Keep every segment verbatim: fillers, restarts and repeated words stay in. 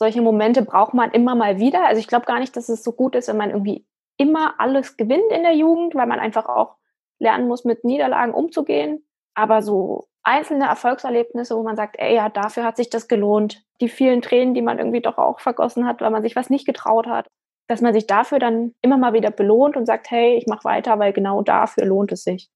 solche Momente braucht man immer mal wieder. Also ich glaube gar nicht, dass es so gut ist, wenn man irgendwie immer alles gewinnt in der Jugend, weil man einfach auch lernen muss, mit Niederlagen umzugehen. Aber so einzelne Erfolgserlebnisse, wo man sagt, ey, ja, dafür hat sich das gelohnt. Die vielen Tränen, die man irgendwie doch auch vergossen hat, weil man sich was nicht getraut hat, dass man sich dafür dann immer mal wieder belohnt und sagt, hey, ich mache weiter, weil genau dafür lohnt es sich.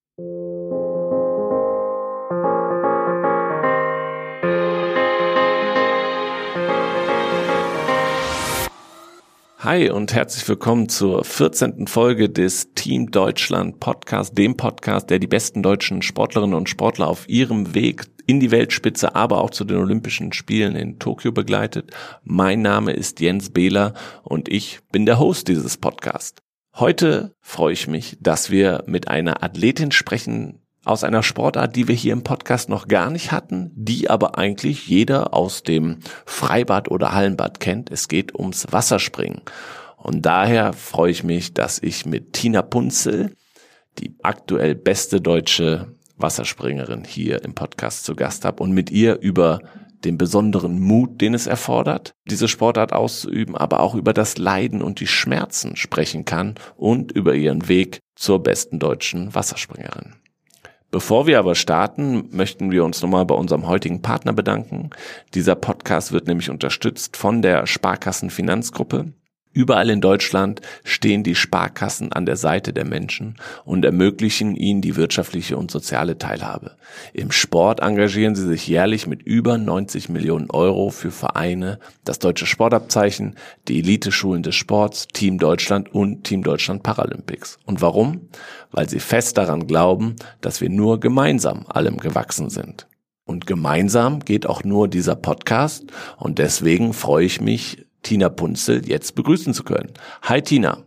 Hi und herzlich willkommen zur vierzehnten Folge des Team Deutschland Podcast, dem Podcast, der die besten deutschen Sportlerinnen und Sportler auf ihrem Weg in die Weltspitze, aber auch zu den Olympischen Spielen in Tokio begleitet. Mein Name ist Jens Behler und ich bin der Host dieses Podcasts. Heute freue ich mich, dass wir mit einer Athletin sprechen aus einer Sportart, die wir hier im Podcast noch gar nicht hatten, die aber eigentlich jeder aus dem Freibad oder Hallenbad kennt. Es geht ums Wasserspringen. Und daher freue ich mich, dass ich mit Tina Punzel, die aktuell beste deutsche Wasserspringerin, hier im Podcast zu Gast habe und mit ihr über den besonderen Mut, den es erfordert, diese Sportart auszuüben, aber auch über das Leiden und die Schmerzen sprechen kann und über ihren Weg zur besten deutschen Wasserspringerin. Bevor wir aber starten, möchten wir uns nochmal bei unserem heutigen Partner bedanken. Dieser Podcast wird nämlich unterstützt von der Sparkassen-Finanzgruppe. Überall in Deutschland stehen die Sparkassen an der Seite der Menschen und ermöglichen ihnen die wirtschaftliche und soziale Teilhabe. Im Sport engagieren sie sich jährlich mit über neunzig Millionen Euro für Vereine, das deutsche Sportabzeichen, die Eliteschulen des Sports, Team Deutschland und Team Deutschland Paralympics. Und warum? Weil sie fest daran glauben, dass wir nur gemeinsam allem gewachsen sind. Und gemeinsam geht auch nur dieser Podcast und deswegen freue ich mich, Tina Punzel jetzt begrüßen zu können. Hi Tina.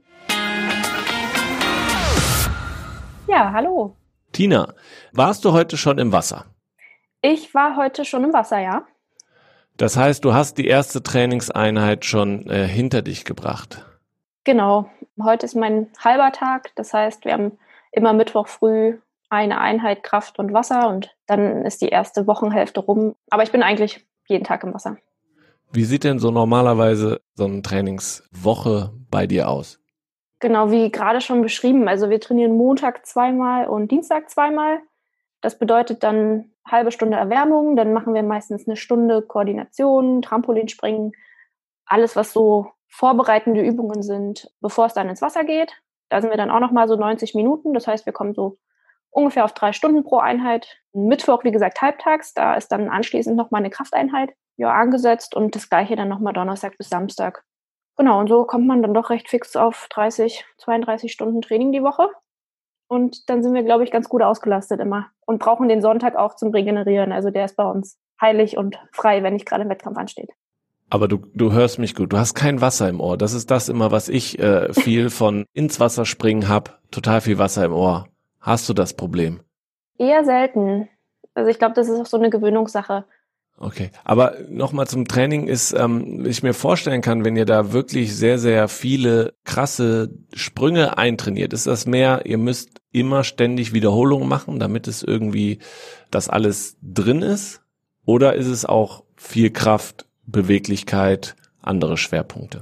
Ja, hallo. Tina, warst du heute schon im Wasser? Ich war heute schon im Wasser, ja. Das heißt, du hast die erste Trainingseinheit schon äh, hinter dich gebracht? Genau. Heute ist mein halber Tag. Das heißt, wir haben immer Mittwoch früh eine Einheit Kraft und Wasser und dann ist die erste Wochenhälfte rum. Aber ich bin eigentlich jeden Tag im Wasser. Wie sieht denn so normalerweise so eine Trainingswoche bei dir aus? Genau, wie gerade schon beschrieben. Also wir trainieren Montag zweimal und Dienstag zweimal. Das bedeutet dann halbe Stunde Erwärmung. Dann machen wir meistens eine Stunde Koordination, Trampolinspringen. Alles, was so vorbereitende Übungen sind, bevor es dann ins Wasser geht. Da sind wir dann auch nochmal so neunzig Minuten. Das heißt, wir kommen so ungefähr auf drei Stunden pro Einheit. Mittwoch, wie gesagt, halbtags. Da ist dann anschließend nochmal eine Krafteinheit ja, angesetzt und das gleiche dann nochmal Donnerstag bis Samstag. Genau, und so kommt man dann doch recht fix auf dreißig, zweiunddreißig Stunden Training die Woche. Und dann sind wir, glaube ich, ganz gut ausgelastet immer und brauchen den Sonntag auch zum Regenerieren. Also der ist bei uns heilig und frei, wenn nicht gerade ein Wettkampf ansteht. Aber du, du hörst mich gut. Du hast kein Wasser im Ohr. Das ist das immer, was ich äh, viel von ins Wasser springen hab. Total viel Wasser im Ohr. Hast du das Problem? Eher selten. Also ich glaube, das ist auch so eine Gewöhnungssache. Okay, aber nochmal zum Training ist, ähm, ich mir vorstellen kann, wenn ihr da wirklich sehr, sehr viele krasse Sprünge eintrainiert, ist das mehr, ihr müsst immer ständig Wiederholungen machen, damit es irgendwie das alles drin ist? Oder ist es auch viel Kraft, Beweglichkeit, andere Schwerpunkte?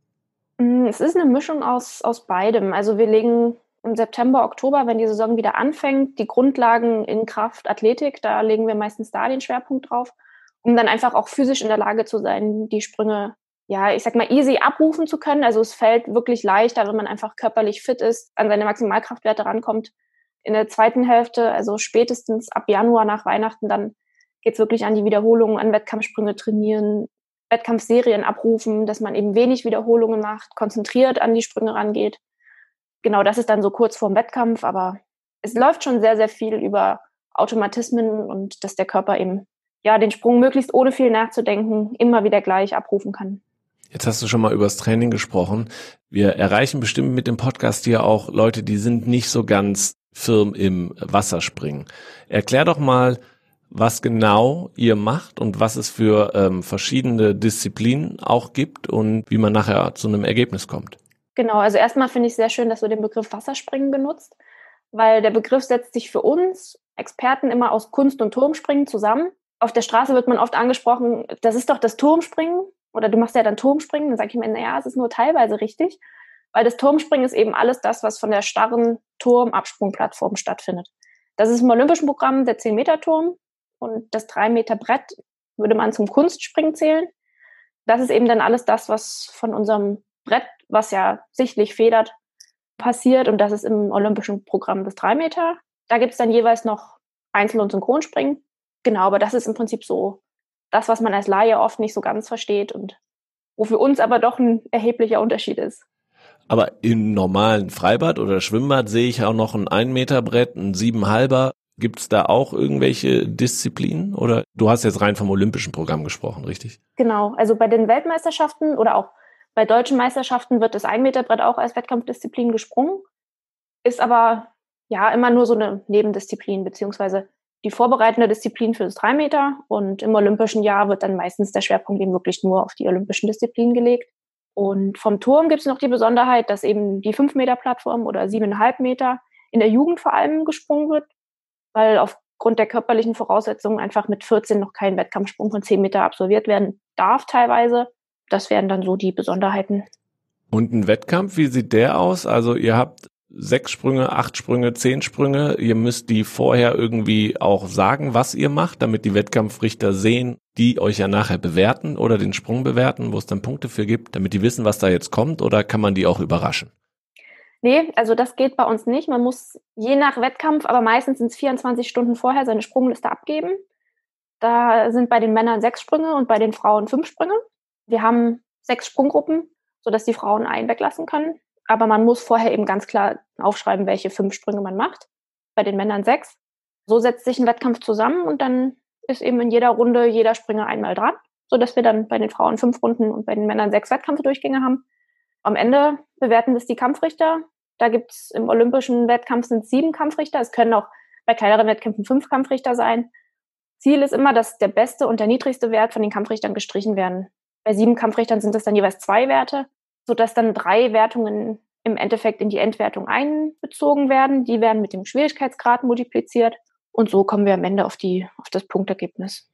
Es ist eine Mischung aus, aus beidem. Also wir legen im September, Oktober, wenn die Saison wieder anfängt, die Grundlagen in Kraft, Athletik, da legen wir meistens da den Schwerpunkt drauf, um dann einfach auch physisch in der Lage zu sein, die Sprünge, ja, ich sag mal, easy abrufen zu können. Also es fällt wirklich leichter, wenn man einfach körperlich fit ist, an seine Maximalkraftwerte rankommt. In der zweiten Hälfte, also spätestens ab Januar nach Weihnachten, dann geht's wirklich an die Wiederholungen, an Wettkampfsprünge trainieren, Wettkampfserien abrufen, dass man eben wenig Wiederholungen macht, konzentriert an die Sprünge rangeht. Genau, das ist dann so kurz vorm Wettkampf, aber es läuft schon sehr, sehr viel über Automatismen und dass der Körper eben ja den Sprung möglichst ohne viel nachzudenken immer wieder gleich abrufen kann. Jetzt hast du schon mal über das Training gesprochen. Wir erreichen bestimmt mit dem Podcast hier auch Leute, die sind nicht so ganz firm im Wasserspringen. Erklär doch mal, was genau ihr macht und was es für ähm, verschiedene Disziplinen auch gibt und wie man nachher zu einem Ergebnis kommt. Genau, also erstmal finde ich sehr schön, dass du den Begriff Wasserspringen benutzt, weil der Begriff setzt sich für uns Experten immer aus Kunst- und Turmspringen zusammen. Auf der Straße wird man oft angesprochen, das ist doch das Turmspringen. oder du machst ja dann Turmspringen, dann sage ich mir, naja, es ist nur teilweise richtig, weil das Turmspringen ist eben alles das, was von der starren Turmabsprungplattform stattfindet. Das ist im olympischen Programm der zehn-Meter-Turm und das drei-Meter-Brett würde man zum Kunstspringen zählen. Das ist eben dann alles das, was von unserem Brett, was ja sichtlich federt, passiert, und das ist im olympischen Programm das drei Meter. Da gibt es dann jeweils noch Einzel- und Synchronspringen. Genau, aber das ist im Prinzip so das, was man als Laie oft nicht so ganz versteht und wo für uns aber doch ein erheblicher Unterschied ist. Aber im normalen Freibad oder Schwimmbad sehe ich auch noch ein ein-Meter-Brett, ein siebenhalber. Gibt es da auch irgendwelche Disziplinen? Oder du hast jetzt rein vom olympischen Programm gesprochen, richtig? Genau, also bei den Weltmeisterschaften oder auch bei deutschen Meisterschaften wird das ein-Meter-Brett auch als Wettkampfdisziplin gesprungen, ist aber ja immer nur so eine Nebendisziplin, beziehungsweise die vorbereitende Disziplin für das drei Meter, und im olympischen Jahr wird dann meistens der Schwerpunkt eben wirklich nur auf die olympischen Disziplinen gelegt. Und vom Turm gibt es noch die Besonderheit, dass eben die fünf Meter Plattform oder sieben Komma fünf Meter in der Jugend vor allem gesprungen wird, weil aufgrund der körperlichen Voraussetzungen einfach mit vierzehn noch kein Wettkampfsprung von zehn Meter absolviert werden darf teilweise. Das wären dann so die Besonderheiten. Und ein Wettkampf, wie sieht der aus? Also ihr habt sechs Sprünge, acht Sprünge, zehn Sprünge. Ihr müsst die vorher irgendwie auch sagen, was ihr macht, damit die Wettkampfrichter sehen, die euch ja nachher bewerten oder den Sprung bewerten, wo es dann Punkte für gibt, damit die wissen, was da jetzt kommt, oder kann man die auch überraschen? Nee, also das geht bei uns nicht. Man muss je nach Wettkampf, aber meistens sind es vierundzwanzig Stunden vorher, seine Sprungliste abgeben. Da sind bei den Männern sechs Sprünge und bei den Frauen fünf Sprünge. Wir haben sechs Sprunggruppen, sodass die Frauen einen weglassen können. Aber man muss vorher eben ganz klar aufschreiben, welche fünf Sprünge man macht. Bei den Männern sechs. So setzt sich ein Wettkampf zusammen und dann ist eben in jeder Runde jeder Springer einmal dran, sodass wir dann bei den Frauen fünf Runden und bei den Männern sechs Wettkampfdurchgänge haben. Am Ende bewerten das die Kampfrichter. Da gibt es im olympischen Wettkampf sind sieben Kampfrichter. Es können auch bei kleineren Wettkämpfen fünf Kampfrichter sein. Ziel ist immer, dass der beste und der niedrigste Wert von den Kampfrichtern gestrichen werden. Bei sieben Kampfrichtern sind es dann jeweils zwei Werte, sodass dann drei Wertungen im Endeffekt in die Endwertung einbezogen werden. Die werden mit dem Schwierigkeitsgrad multipliziert und so kommen wir am Ende auf die, auf das Punktergebnis.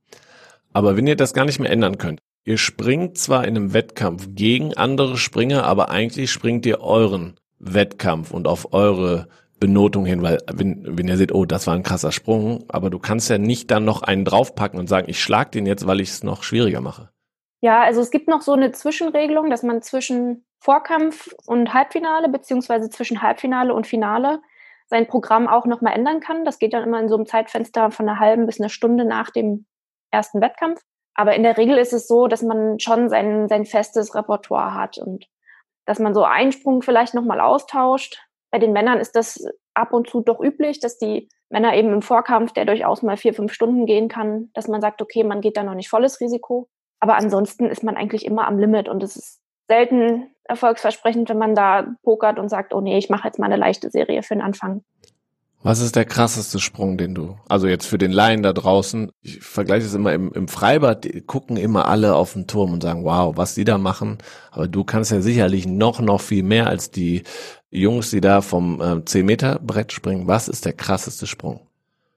Aber wenn ihr das gar nicht mehr ändern könnt, ihr springt zwar in einem Wettkampf gegen andere Springer, aber eigentlich springt ihr euren Wettkampf und auf eure Benotung hin, weil wenn, wenn ihr seht, oh, das war ein krasser Sprung, aber du kannst ja nicht dann noch einen draufpacken und sagen, ich schlag den jetzt, weil ich es noch schwieriger mache. Ja, also es gibt noch so eine Zwischenregelung, dass man zwischen Vorkampf und Halbfinale beziehungsweise zwischen Halbfinale und Finale sein Programm auch nochmal ändern kann. Das geht dann immer in so einem Zeitfenster von einer halben bis einer Stunde nach dem ersten Wettkampf. Aber in der Regel ist es so, dass man schon sein, sein festes Repertoire hat und dass man so einen Sprung vielleicht nochmal austauscht. Bei den Männern ist das ab und zu doch üblich, dass die Männer eben im Vorkampf, der durchaus mal vier, fünf Stunden gehen kann, dass man sagt, okay, man geht da noch nicht volles Risiko. Aber ansonsten ist man eigentlich immer am Limit und es ist selten erfolgsversprechend, wenn man da pokert und sagt, oh nee, ich mache jetzt mal eine leichte Serie für den Anfang. Was ist der krasseste Sprung, den du, also jetzt für den Laien da draußen, ich vergleiche es immer im, im Freibad, die gucken immer alle auf den Turm und sagen, wow, was die da machen, aber du kannst ja sicherlich noch, noch viel mehr als die Jungs, die da vom äh, zehn Meter Brett springen. Was ist der krasseste Sprung?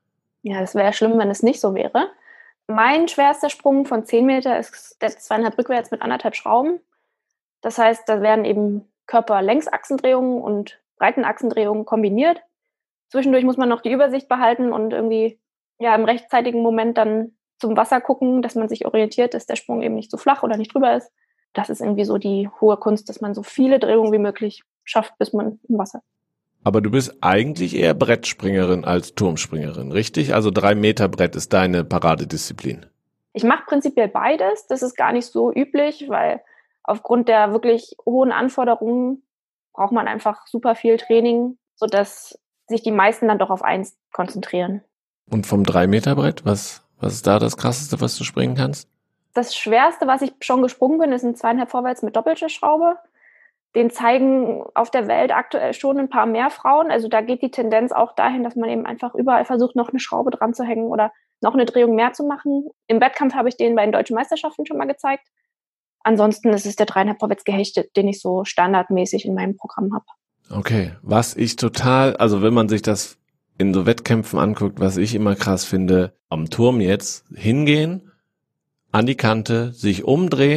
Ja, das wäre ja schlimm, wenn es nicht so wäre. Mein schwerster Sprung von zehn Meter ist der zweieinhalb rückwärts mit anderthalb Schrauben. Das heißt, da werden eben Körperlängsachsendrehungen und Breitenachsendrehungen kombiniert. Zwischendurch muss man noch die Übersicht behalten und irgendwie ja im rechtzeitigen Moment dann zum Wasser gucken, dass man sich orientiert, dass der Sprung eben nicht zu flach oder nicht drüber ist. Das ist irgendwie so die hohe Kunst, dass man so viele Drehungen wie möglich schafft, bis man im Wasser ist. Aber du bist eigentlich eher Brettspringerin als Turmspringerin, richtig? Also drei Meter Brett ist deine Paradedisziplin. Ich mache prinzipiell beides. Das ist gar nicht so üblich, weil aufgrund der wirklich hohen Anforderungen braucht man einfach super viel Training, sodass sich die meisten dann doch auf eins konzentrieren. Und vom drei Meter Brett, was, was ist da das Krasseste, was du springen kannst? Das Schwerste, was ich schon gesprungen bin, ist ein zweieinhalb vorwärts mit doppelter Schraube. Den zeigen auf der Welt aktuell schon ein paar mehr Frauen. Also da geht die Tendenz auch dahin, dass man eben einfach überall versucht, noch eine Schraube dran zu hängen oder noch eine Drehung mehr zu machen. Im Wettkampf habe ich den bei den Deutschen Meisterschaften schon mal gezeigt. Ansonsten ist es der dreieinhalb vorwärts gehechtet, den ich so standardmäßig in meinem Programm habe. Okay, was ich total, also wenn man sich das in so Wettkämpfen anguckt, was ich immer krass finde, am Turm jetzt hingehen, an die Kante, sich umdrehen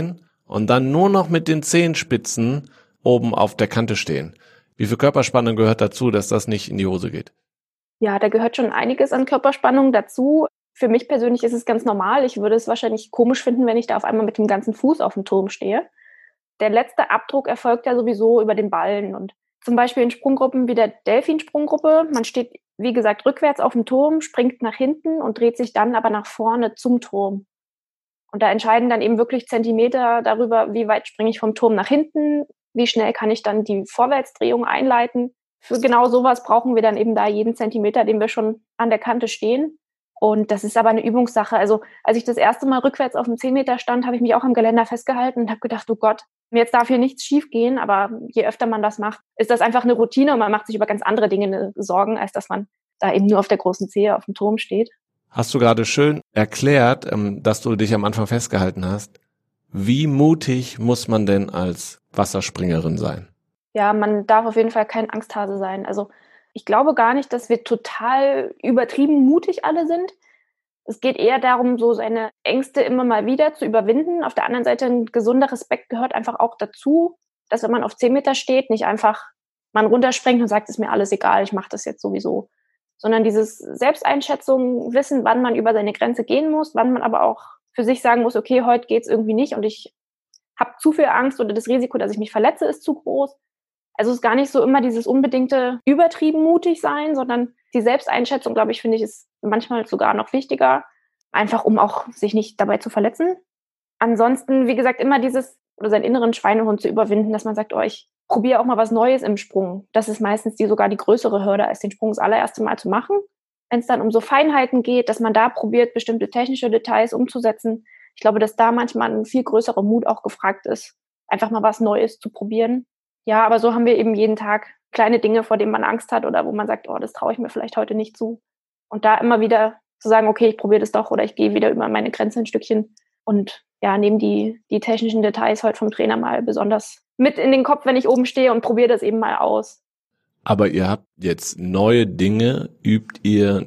und dann nur noch mit den Zehenspitzen oben auf der Kante stehen. Wie viel Körperspannung gehört dazu, dass das nicht in die Hose geht? Ja, da gehört schon einiges an Körperspannung dazu. Für mich persönlich ist es ganz normal. Ich würde es wahrscheinlich komisch finden, wenn ich da auf einmal mit dem ganzen Fuß auf dem Turm stehe. Der letzte Abdruck erfolgt ja sowieso über den Ballen. Und zum Beispiel in Sprunggruppen wie der Delfinsprunggruppe, man steht, wie gesagt, rückwärts auf dem Turm, springt nach hinten und dreht sich dann aber nach vorne zum Turm. Und da entscheiden dann eben wirklich Zentimeter darüber, wie weit springe ich vom Turm nach hinten, wie schnell kann ich dann die Vorwärtsdrehung einleiten. Für genau sowas brauchen wir dann eben da jeden Zentimeter, den wir schon an der Kante stehen. Und das ist aber eine Übungssache. Also als ich das erste Mal rückwärts auf dem zehn Meter stand, habe ich mich auch am Geländer festgehalten und habe gedacht, oh Gott, jetzt darf hier nichts schief gehen. Aber je öfter man das macht, ist das einfach eine Routine und man macht sich über ganz andere Dinge Sorgen, als dass man da eben nur auf der großen Zehe auf dem Turm steht. Hast du gerade schön erklärt, dass du dich am Anfang festgehalten hast. Wie mutig muss man denn als Wasserspringerin sein? Ja, man darf auf jeden Fall kein Angsthase sein. Also ich glaube gar nicht, dass wir total übertrieben mutig alle sind. Es geht eher darum, so seine Ängste immer mal wieder zu überwinden. Auf der anderen Seite ein gesunder Respekt gehört einfach auch dazu, dass wenn man auf zehn Meter steht, nicht einfach man runterspringt und sagt, ist mir alles egal, ich mache das jetzt sowieso. Sondern dieses Selbsteinschätzung, wissen, wann man über seine Grenze gehen muss, wann man aber auch für sich sagen muss, okay, heute geht's irgendwie nicht und ich habe zu viel Angst oder das Risiko, dass ich mich verletze, ist zu groß. Also es ist gar nicht so immer dieses unbedingte übertrieben mutig sein, sondern die Selbsteinschätzung, glaube ich, finde ich, ist manchmal sogar noch wichtiger, einfach um auch sich nicht dabei zu verletzen. Ansonsten, wie gesagt, immer dieses oder seinen inneren Schweinehund zu überwinden, dass man sagt, oh, ich probiere auch mal was Neues im Sprung. Das ist meistens die sogar die größere Hürde, als den Sprung das allererste Mal zu machen. Wenn es dann um so Feinheiten geht, dass man da probiert, bestimmte technische Details umzusetzen. Ich glaube, dass da manchmal ein viel größerer Mut auch gefragt ist, einfach mal was Neues zu probieren. Ja, aber so haben wir eben jeden Tag kleine Dinge, vor denen man Angst hat oder wo man sagt, oh, das traue ich mir vielleicht heute nicht zu. Und da immer wieder zu sagen, okay, ich probiere das doch oder ich gehe wieder über meine Grenze ein Stückchen und ja, nehme die, die technischen Details heute vom Trainer mal besonders mit in den Kopf, wenn ich oben stehe und probiere das eben mal aus. Aber ihr habt jetzt neue Dinge, übt ihr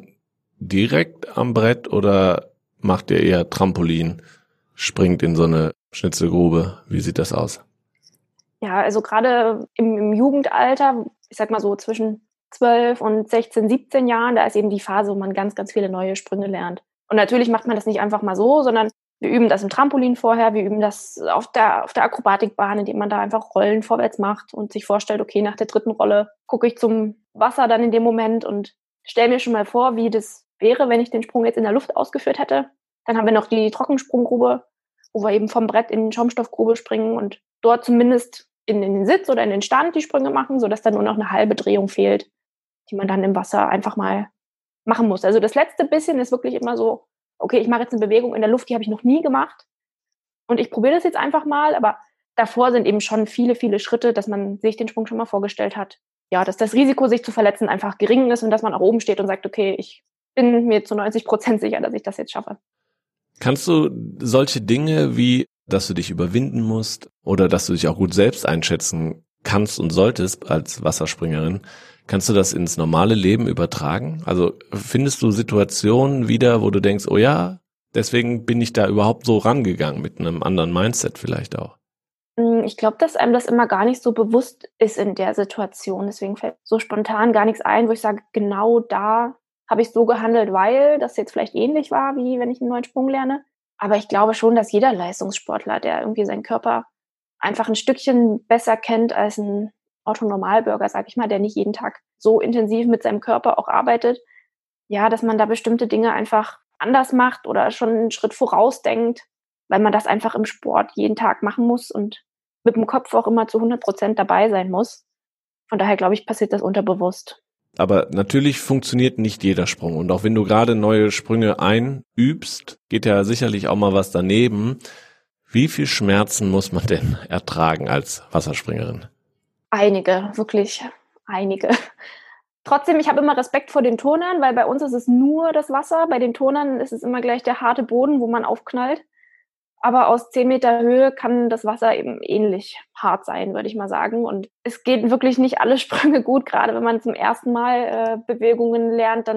direkt am Brett oder macht ihr eher Trampolin, springt in so eine Schnitzelgrube? Wie sieht das aus? Ja, also gerade im, im Jugendalter, ich sag mal so zwischen zwölf und sechzehn, siebzehn Jahren, da ist eben die Phase, wo man ganz, ganz viele neue Sprünge lernt. Und natürlich macht man das nicht einfach mal so, sondern wir üben das im Trampolin vorher, wir üben das auf der, auf der Akrobatikbahn, indem man da einfach Rollen vorwärts macht und sich vorstellt, okay, nach der dritten Rolle gucke ich zum Wasser dann in dem Moment und stelle mir schon mal vor, wie das wäre, wenn ich den Sprung jetzt in der Luft ausgeführt hätte. Dann haben wir noch die Trockensprunggrube, wo wir eben vom Brett in die Schaumstoffgrube springen und dort zumindest in, in den Sitz oder in den Stand die Sprünge machen, sodass dann nur noch eine halbe Drehung fehlt, die man dann im Wasser einfach mal machen muss. Also das letzte bisschen ist wirklich immer so, okay, ich mache jetzt eine Bewegung in der Luft, die habe ich noch nie gemacht und ich probiere das jetzt einfach mal, aber davor sind eben schon viele, viele Schritte, dass man sich den Sprung schon mal vorgestellt hat. Ja, dass das Risiko, sich zu verletzen, einfach gering ist und dass man auch oben steht und sagt, okay, ich bin mir zu neunzig Prozent sicher, dass ich das jetzt schaffe. Kannst du solche Dinge wie, dass du dich überwinden musst oder dass du dich auch gut selbst einschätzen kannst und solltest als Wasserspringerin, kannst du das ins normale Leben übertragen? Also findest du Situationen wieder, wo du denkst, oh ja, deswegen bin ich da überhaupt so rangegangen, mit einem anderen Mindset vielleicht auch? Ich glaube, dass einem das immer gar nicht so bewusst ist in der Situation. Deswegen fällt so spontan gar nichts ein, wo ich sage, genau da habe ich so gehandelt, weil das jetzt vielleicht ähnlich war, wie wenn ich einen neuen Sprung lerne. Aber ich glaube schon, dass jeder Leistungssportler, der irgendwie seinen Körper einfach ein Stückchen besser kennt als ein Otto-Normalbürger, sag ich mal, der nicht jeden Tag so intensiv mit seinem Körper auch arbeitet, ja, dass man da bestimmte Dinge einfach anders macht oder schon einen Schritt vorausdenkt, weil man das einfach im Sport jeden Tag machen muss und mit dem Kopf auch immer zu hundert Prozent dabei sein muss. Von daher, glaube ich, passiert das unterbewusst. Aber natürlich funktioniert nicht jeder Sprung. Und auch wenn du gerade neue Sprünge einübst, geht ja sicherlich auch mal was daneben. Wie viel Schmerzen muss man denn ertragen als Wasserspringerin? Einige, wirklich einige. Trotzdem, ich habe immer Respekt vor den Turnern, weil bei uns ist es nur das Wasser. Bei den Turnern ist es immer gleich der harte Boden, wo man aufknallt. Aber aus zehn Meter Höhe kann das Wasser eben ähnlich hart sein, würde ich mal sagen. Und es geht wirklich nicht alle Sprünge gut. Gerade wenn man zum ersten Mal äh, Bewegungen lernt, dann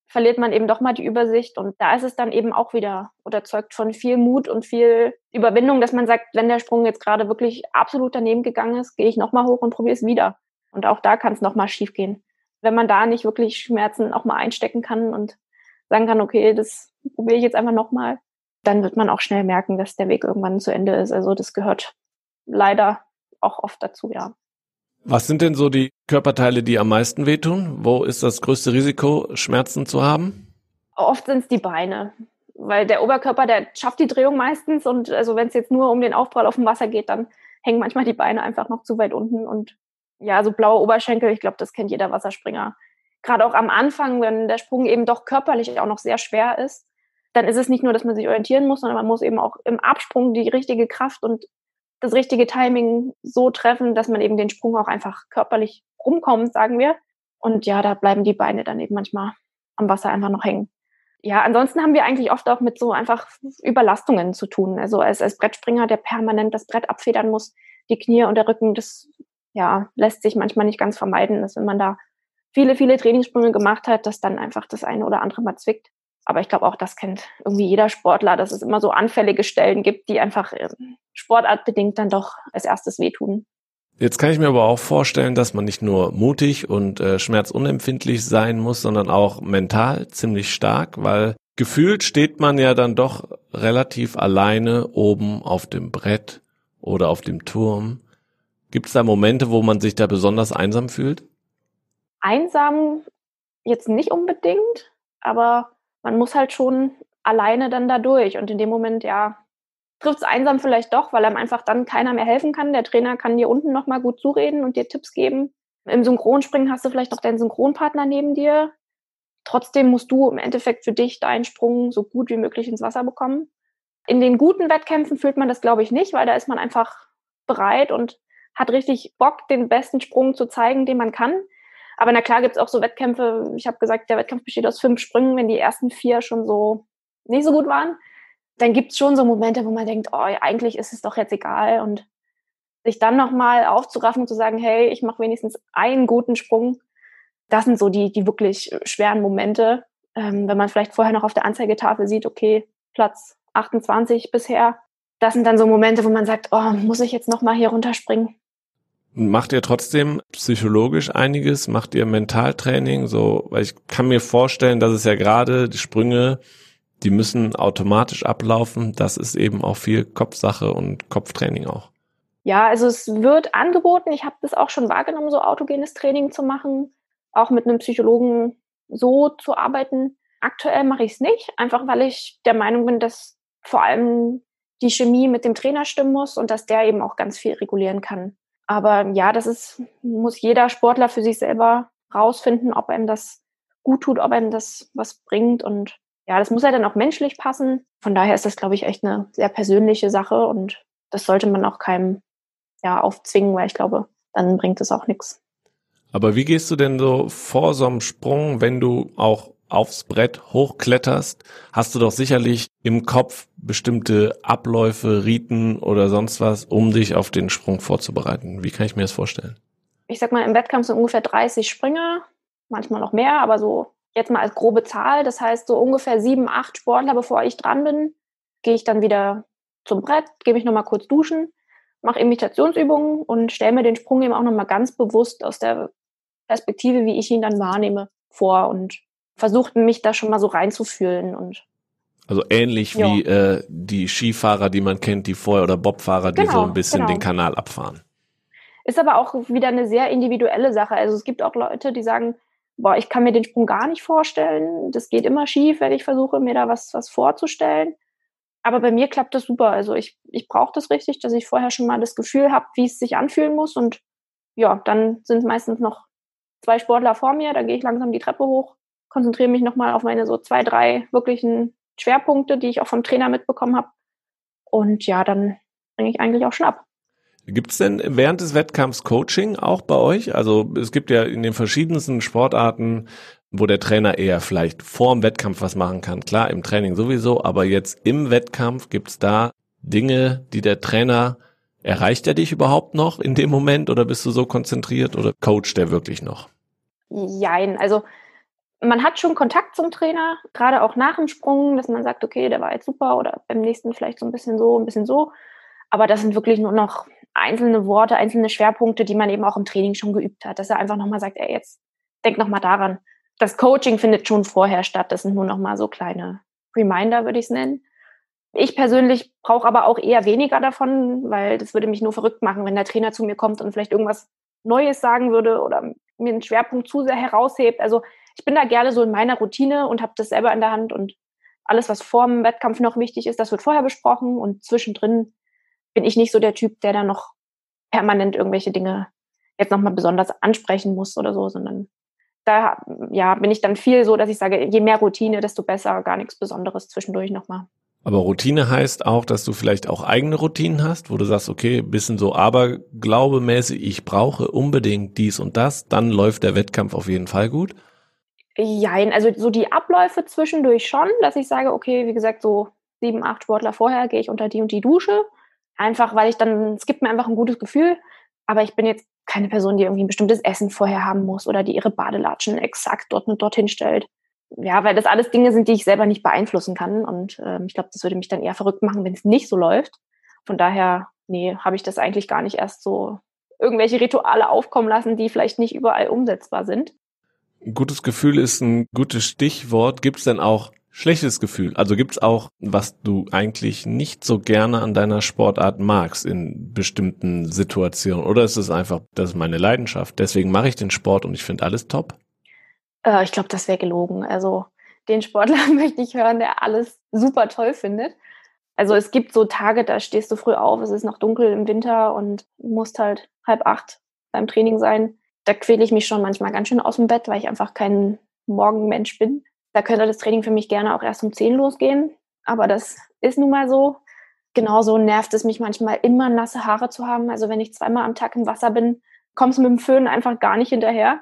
verliert man eben doch mal die Übersicht. Und da ist es dann eben auch wieder oder zeugt von viel Mut und viel Überwindung, dass man sagt, wenn der Sprung jetzt gerade wirklich absolut daneben gegangen ist, gehe ich nochmal hoch und probiere es wieder. Und auch da kann es nochmal schief gehen. Wenn man da nicht wirklich Schmerzen auch mal einstecken kann und sagen kann, okay, das probiere ich jetzt einfach nochmal, dann wird man auch schnell merken, dass der Weg irgendwann zu Ende ist. Also das gehört leider auch oft dazu, ja. Was sind denn so die Körperteile, die am meisten wehtun? Wo ist das größte Risiko, Schmerzen zu haben? Oft sind es die Beine, weil der Oberkörper, der schafft die Drehung meistens und also wenn es jetzt nur um den Aufprall auf dem Wasser geht, dann hängen manchmal die Beine einfach noch zu weit unten und ja, so blaue Oberschenkel, ich glaube, das kennt jeder Wasserspringer. Gerade auch am Anfang, wenn der Sprung eben doch körperlich auch noch sehr schwer ist, dann ist es nicht nur, dass man sich orientieren muss, sondern man muss eben auch im Absprung die richtige Kraft und das richtige Timing so treffen, dass man eben den Sprung auch einfach körperlich rumkommt, sagen wir. Und ja, da bleiben die Beine dann eben manchmal am Wasser einfach noch hängen. Ja, ansonsten haben wir eigentlich oft auch mit so einfach Überlastungen zu tun. Also als, als Brettspringer, der permanent das Brett abfedern muss, die Knie und der Rücken, das ja, lässt sich manchmal nicht ganz vermeiden, dass wenn man da viele, viele Trainingssprünge gemacht hat, dass dann einfach das eine oder andere mal zwickt. Aber ich glaube auch, das kennt irgendwie jeder Sportler, dass es immer so anfällige Stellen gibt, die einfach sportartbedingt dann doch als erstes wehtun. Jetzt kann ich mir aber auch vorstellen, dass man nicht nur mutig und äh, schmerzunempfindlich sein muss, sondern auch mental ziemlich stark, weil gefühlt steht man ja dann doch relativ alleine oben auf dem Brett oder auf dem Turm. Gibt es da Momente, wo man sich da besonders einsam fühlt? Einsam jetzt nicht unbedingt, aber man muss halt schon alleine dann da durch. Und in dem Moment, ja, trifft es einsam vielleicht doch, weil einem einfach dann keiner mehr helfen kann. Der Trainer kann dir unten nochmal gut zureden und dir Tipps geben. Im Synchronspringen hast du vielleicht noch deinen Synchronpartner neben dir. Trotzdem musst du im Endeffekt für dich deinen Sprung so gut wie möglich ins Wasser bekommen. In den guten Wettkämpfen fühlt man das, glaube ich, nicht, weil da ist man einfach bereit und hat richtig Bock, den besten Sprung zu zeigen, den man kann. Aber na klar gibt es auch so Wettkämpfe, ich habe gesagt, der Wettkampf besteht aus fünf Sprüngen, wenn die ersten vier schon so nicht so gut waren, dann gibt es schon so Momente, wo man denkt, oh, eigentlich ist es doch jetzt egal und sich dann nochmal aufzuraffen und zu sagen, hey, ich mache wenigstens einen guten Sprung, das sind so die, die wirklich schweren Momente, ähm, wenn man vielleicht vorher noch auf der Anzeigetafel sieht, okay, Platz achtundzwanzig bisher, das sind dann so Momente, wo man sagt, oh, muss ich jetzt nochmal hier runterspringen? Macht ihr trotzdem psychologisch einiges? Macht ihr Mentaltraining? So, weil ich kann mir vorstellen, dass es ja gerade die Sprünge, die müssen automatisch ablaufen. Das ist eben auch viel Kopfsache und Kopftraining auch. Ja, also es wird angeboten. Ich habe das auch schon wahrgenommen, so autogenes Training zu machen, auch mit einem Psychologen so zu arbeiten. Aktuell mache ich es nicht, einfach weil ich der Meinung bin, dass vor allem die Chemie mit dem Trainer stimmen muss und dass der eben auch ganz viel regulieren kann. Aber ja, das ist, muss jeder Sportler für sich selber rausfinden, ob einem das gut tut, ob einem das was bringt. Und ja, das muss ja dann auch menschlich passen. Von daher ist das, glaube ich, echt eine sehr persönliche Sache und das sollte man auch keinem ja, aufzwingen, weil ich glaube, dann bringt es auch nichts. Aber wie gehst du denn so vor so einem Sprung, wenn du auch aufs Brett hochkletterst, hast du doch sicherlich im Kopf bestimmte Abläufe, Riten oder sonst was, um dich auf den Sprung vorzubereiten. Wie kann ich mir das vorstellen? Ich sag mal, im Wettkampf sind ungefähr dreißig Sprünge, manchmal noch mehr, aber so jetzt mal als grobe Zahl. Das heißt, so ungefähr sieben, acht Sportler, bevor ich dran bin, gehe ich dann wieder zum Brett, gehe mich nochmal kurz duschen, mache Imitationsübungen und stelle mir den Sprung eben auch nochmal ganz bewusst aus der Perspektive, wie ich ihn dann wahrnehme, vor und versuche mich da schon mal so reinzufühlen. Und also ähnlich ja. wie äh, die Skifahrer, die man kennt, die vorher oder Bobfahrer, die genau, so ein bisschen genau. den Kanal abfahren. Ist aber auch wieder eine sehr individuelle Sache. Also es gibt auch Leute, die sagen, boah, ich kann mir den Sprung gar nicht vorstellen. Das geht immer schief, wenn ich versuche, mir da was, was vorzustellen. Aber bei mir klappt das super. Also ich, ich brauche das richtig, dass ich vorher schon mal das Gefühl habe, wie es sich anfühlen muss. Und ja, dann sind meistens noch zwei Sportler vor mir. Da gehe ich langsam die Treppe hoch, konzentriere mich nochmal auf meine so zwei, drei wirklichen Schwerpunkte, die ich auch vom Trainer mitbekommen habe. Und ja, dann bringe ich eigentlich auch schon ab. Gibt es denn während des Wettkampfs Coaching auch bei euch? Also es gibt ja in den verschiedensten Sportarten, wo der Trainer eher vielleicht vor dem Wettkampf was machen kann. Klar, im Training sowieso, aber jetzt im Wettkampf gibt es da Dinge, die der Trainer, erreicht er dich überhaupt noch in dem Moment oder bist du so konzentriert oder coacht der wirklich noch? Jein, also Man hat schon Kontakt zum Trainer, gerade auch nach dem Sprung, dass man sagt, okay, der war jetzt super oder beim nächsten vielleicht so ein bisschen so, ein bisschen so. Aber das sind wirklich nur noch einzelne Worte, einzelne Schwerpunkte, die man eben auch im Training schon geübt hat, dass er einfach nochmal sagt, ey, jetzt denk nochmal daran. Das Coaching findet schon vorher statt. Das sind nur nochmal so kleine Reminder, würde ich es nennen. Ich persönlich brauche aber auch eher weniger davon, weil das würde mich nur verrückt machen, wenn der Trainer zu mir kommt und vielleicht irgendwas Neues sagen würde oder mir einen Schwerpunkt zu sehr heraushebt. Also ich bin da gerne so in meiner Routine und habe das selber in der Hand und alles, was vor dem Wettkampf noch wichtig ist, das wird vorher besprochen und zwischendrin bin ich nicht so der Typ, der da noch permanent irgendwelche Dinge jetzt nochmal besonders ansprechen muss oder so, sondern da ja, bin ich dann viel so, dass ich sage, je mehr Routine, desto besser, gar nichts Besonderes zwischendurch nochmal. Aber Routine heißt auch, dass du vielleicht auch eigene Routinen hast, wo du sagst, okay, bisschen so aberglaube-mäßig, ich brauche unbedingt dies und das, dann läuft der Wettkampf auf jeden Fall gut. Jein, also so die Abläufe zwischendurch schon, dass ich sage, okay, wie gesagt, so sieben, acht Sportler vorher gehe ich unter die und die Dusche. Einfach, weil ich dann, es gibt mir einfach ein gutes Gefühl. Aber ich bin jetzt keine Person, die irgendwie ein bestimmtes Essen vorher haben muss oder die ihre Badelatschen exakt dort und dorthin stellt. Ja, weil das alles Dinge sind, die ich selber nicht beeinflussen kann. Und ähm, ich glaube, das würde mich dann eher verrückt machen, wenn es nicht so läuft. Von daher, nee, habe ich das eigentlich gar nicht erst so irgendwelche Rituale aufkommen lassen, die vielleicht nicht überall umsetzbar sind. Ein gutes Gefühl ist ein gutes Stichwort. Gibt es denn auch schlechtes Gefühl? Also gibt es auch, was du eigentlich nicht so gerne an deiner Sportart magst in bestimmten Situationen? Oder ist es einfach, das ist meine Leidenschaft, deswegen mache ich den Sport und ich finde alles top? Äh, ich glaube, das wäre gelogen. Also den Sportler möchte ich hören, der alles super toll findet. Also es gibt so Tage, da stehst du früh auf, es ist noch dunkel im Winter und musst halt halb acht beim Training sein. Da quäle ich mich schon manchmal ganz schön aus dem Bett, weil ich einfach kein Morgenmensch bin. Da könnte das Training für mich gerne auch erst um zehn losgehen. Aber das ist nun mal so. Genauso nervt es mich manchmal, immer nasse Haare zu haben. Also wenn ich zweimal am Tag im Wasser bin, kommst du mit dem Föhn einfach gar nicht hinterher.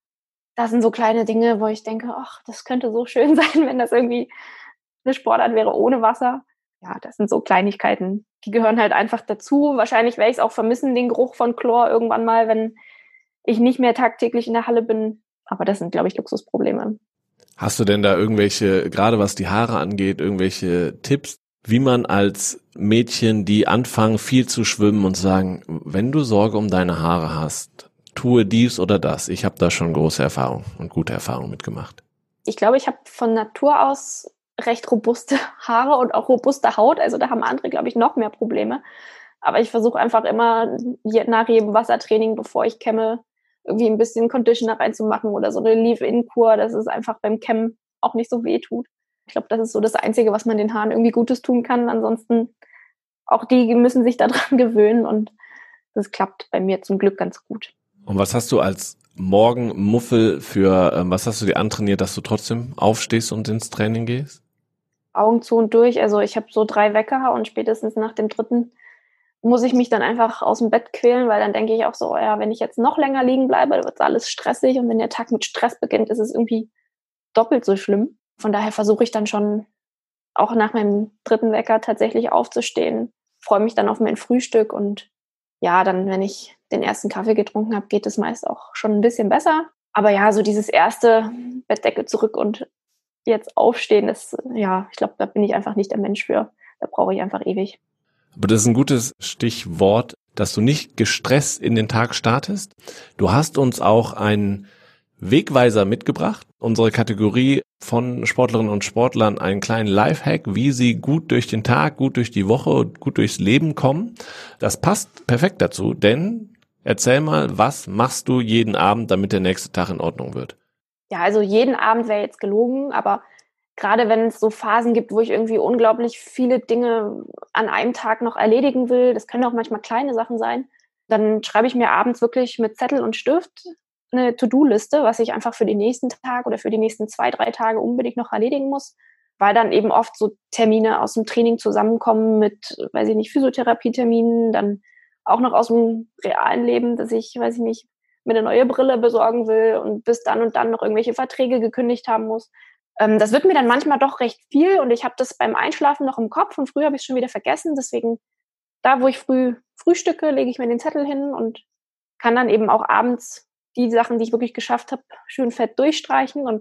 Das sind so kleine Dinge, wo ich denke, ach, das könnte so schön sein, wenn das irgendwie eine Sportart wäre ohne Wasser. Ja, das sind so Kleinigkeiten, die gehören halt einfach dazu. Wahrscheinlich werde ich es auch vermissen, den Geruch von Chlor irgendwann mal, wenn ich nicht mehr tagtäglich in der Halle bin. Aber das sind, glaube ich, Luxusprobleme. Hast du denn da irgendwelche, gerade was die Haare angeht, irgendwelche Tipps, wie man als Mädchen, die anfangen viel zu schwimmen und sagen, wenn du Sorge um deine Haare hast, tue dies oder das. Ich habe da schon große Erfahrung und gute Erfahrungen mitgemacht. Ich glaube, ich habe von Natur aus recht robuste Haare und auch robuste Haut. Also da haben andere, glaube ich, noch mehr Probleme. Aber ich versuche einfach immer nach jedem Wassertraining, bevor ich kämme, irgendwie ein bisschen Conditioner reinzumachen oder so eine Leave-In-Kur, dass es einfach beim Kämmen auch nicht so weh tut. Ich glaube, das ist so das Einzige, was man den Haaren irgendwie Gutes tun kann. Ansonsten, auch die müssen sich daran gewöhnen und das klappt bei mir zum Glück ganz gut. Und was hast du als Morgenmuffel für, ähm, was hast du dir antrainiert, dass du trotzdem aufstehst und ins Training gehst? Augen zu und durch. Also ich habe so drei Wecker und spätestens nach dem dritten muss ich mich dann einfach aus dem Bett quälen, weil dann denke ich auch so, ja, wenn ich jetzt noch länger liegen bleibe, dann wird alles stressig und wenn der Tag mit Stress beginnt, ist es irgendwie doppelt so schlimm. Von daher versuche ich dann schon auch nach meinem dritten Wecker tatsächlich aufzustehen, freue mich dann auf mein Frühstück und ja, dann, wenn ich den ersten Kaffee getrunken habe, geht es meist auch schon ein bisschen besser. Aber ja, so dieses erste Bettdecke zurück und jetzt aufstehen, das, ja, ich glaube, da bin ich einfach nicht der Mensch für. Da brauche ich einfach ewig. Aber das ist ein gutes Stichwort, dass du nicht gestresst in den Tag startest. Du hast uns auch einen Wegweiser mitgebracht, unsere Kategorie von Sportlerinnen und Sportlern, einen kleinen Lifehack, wie sie gut durch den Tag, gut durch die Woche und gut durchs Leben kommen. Das passt perfekt dazu, denn erzähl mal, was machst du jeden Abend, damit der nächste Tag in Ordnung wird? Ja, also jeden Abend wäre jetzt gelogen, aber gerade wenn es so Phasen gibt, wo ich irgendwie unglaublich viele Dinge an einem Tag noch erledigen will, das können auch manchmal kleine Sachen sein, dann schreibe ich mir abends wirklich mit Zettel und Stift eine To-Do-Liste, was ich einfach für den nächsten Tag oder für die nächsten zwei, drei Tage unbedingt noch erledigen muss, weil dann eben oft so Termine aus dem Training zusammenkommen mit, weiß ich nicht, Physiotherapieterminen, dann auch noch aus dem realen Leben, dass ich, weiß ich nicht, mir eine neue Brille besorgen will und bis dann und dann noch irgendwelche Verträge gekündigt haben muss. Ähm, das wird mir dann manchmal doch recht viel und ich habe das beim Einschlafen noch im Kopf und früh habe ich es schon wieder vergessen. Deswegen, da wo ich früh frühstücke, lege ich mir den Zettel hin und kann dann eben auch abends die Sachen, die ich wirklich geschafft habe, schön fett durchstreichen und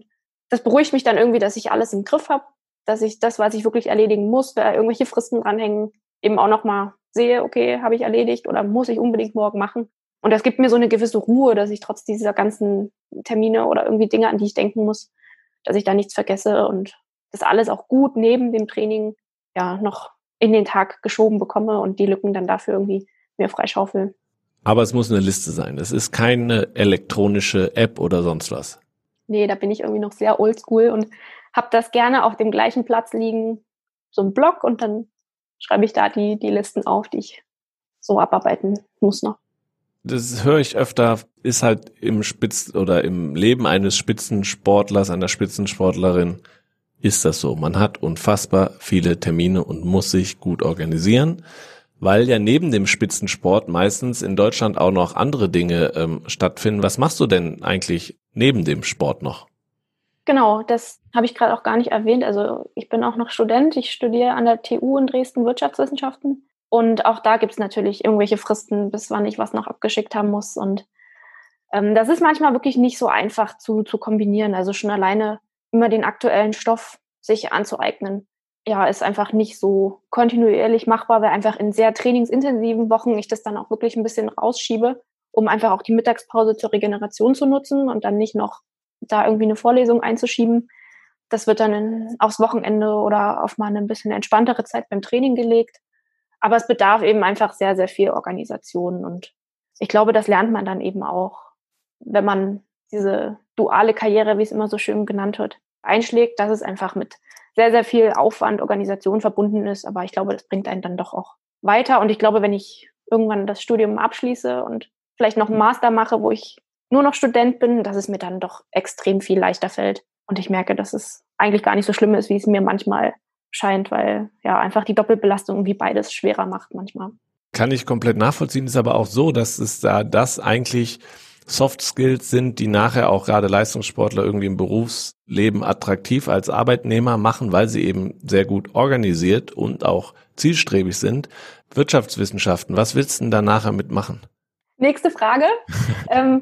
das beruhigt mich dann irgendwie, dass ich alles im Griff habe, dass ich das, was ich wirklich erledigen muss, da irgendwelche Fristen dranhängen, eben auch nochmal sehe, okay, habe ich erledigt oder muss ich unbedingt morgen machen. Und das gibt mir so eine gewisse Ruhe, dass ich trotz dieser ganzen Termine oder irgendwie Dinge, an die ich denken muss, dass ich da nichts vergesse und das alles auch gut neben dem Training ja noch in den Tag geschoben bekomme und die Lücken dann dafür irgendwie mir freischaufeln. Aber es muss eine Liste sein. Es ist keine elektronische App oder sonst was. Nee, da bin ich irgendwie noch sehr oldschool und habe das gerne auf dem gleichen Platz liegen, so ein Block, und dann schreibe ich da die, die Listen auf, die ich so abarbeiten muss noch. Das höre ich öfter, ist halt im Spitz- oder im Leben eines Spitzensportlers, einer Spitzensportlerin, ist das so. Man hat unfassbar viele Termine und muss sich gut organisieren, weil ja neben dem Spitzensport meistens in Deutschland auch noch andere Dinge ähm, stattfinden. Was machst du denn eigentlich neben dem Sport noch? Genau, das habe ich gerade auch gar nicht erwähnt. Also ich bin auch noch Student. Ich studiere an der T U in Dresden Wirtschaftswissenschaften. Und auch da gibt es natürlich irgendwelche Fristen, bis wann ich was noch abgeschickt haben muss. Und ähm, das ist manchmal wirklich nicht so einfach zu, zu kombinieren. Also schon alleine immer den aktuellen Stoff sich anzueignen, ja, ist einfach nicht so kontinuierlich machbar, weil einfach in sehr trainingsintensiven Wochen ich das dann auch wirklich ein bisschen rausschiebe, um einfach auch die Mittagspause zur Regeneration zu nutzen und dann nicht noch da irgendwie eine Vorlesung einzuschieben. Das wird dann in, aufs Wochenende oder auf mal eine ein bisschen entspanntere Zeit beim Training gelegt. Aber es bedarf eben einfach sehr, sehr viel Organisation. Und ich glaube, das lernt man dann eben auch, wenn man diese duale Karriere, wie es immer so schön genannt wird, einschlägt, dass es einfach mit sehr, sehr viel Aufwand, Organisation verbunden ist. Aber ich glaube, das bringt einen dann doch auch weiter. Und ich glaube, wenn ich irgendwann das Studium abschließe und vielleicht noch einen Master mache, wo ich nur noch Student bin, dass es mir dann doch extrem viel leichter fällt. Und ich merke, dass es eigentlich gar nicht so schlimm ist, wie es mir manchmal scheint, weil ja einfach die Doppelbelastung irgendwie beides schwerer macht manchmal. Kann ich komplett nachvollziehen, ist aber auch so, dass es da das eigentlich Soft Skills sind, die nachher auch gerade Leistungssportler irgendwie im Berufsleben attraktiv als Arbeitnehmer machen, weil sie eben sehr gut organisiert und auch zielstrebig sind. Wirtschaftswissenschaften, was willst du denn da nachher mitmachen? Nächste Frage. ähm,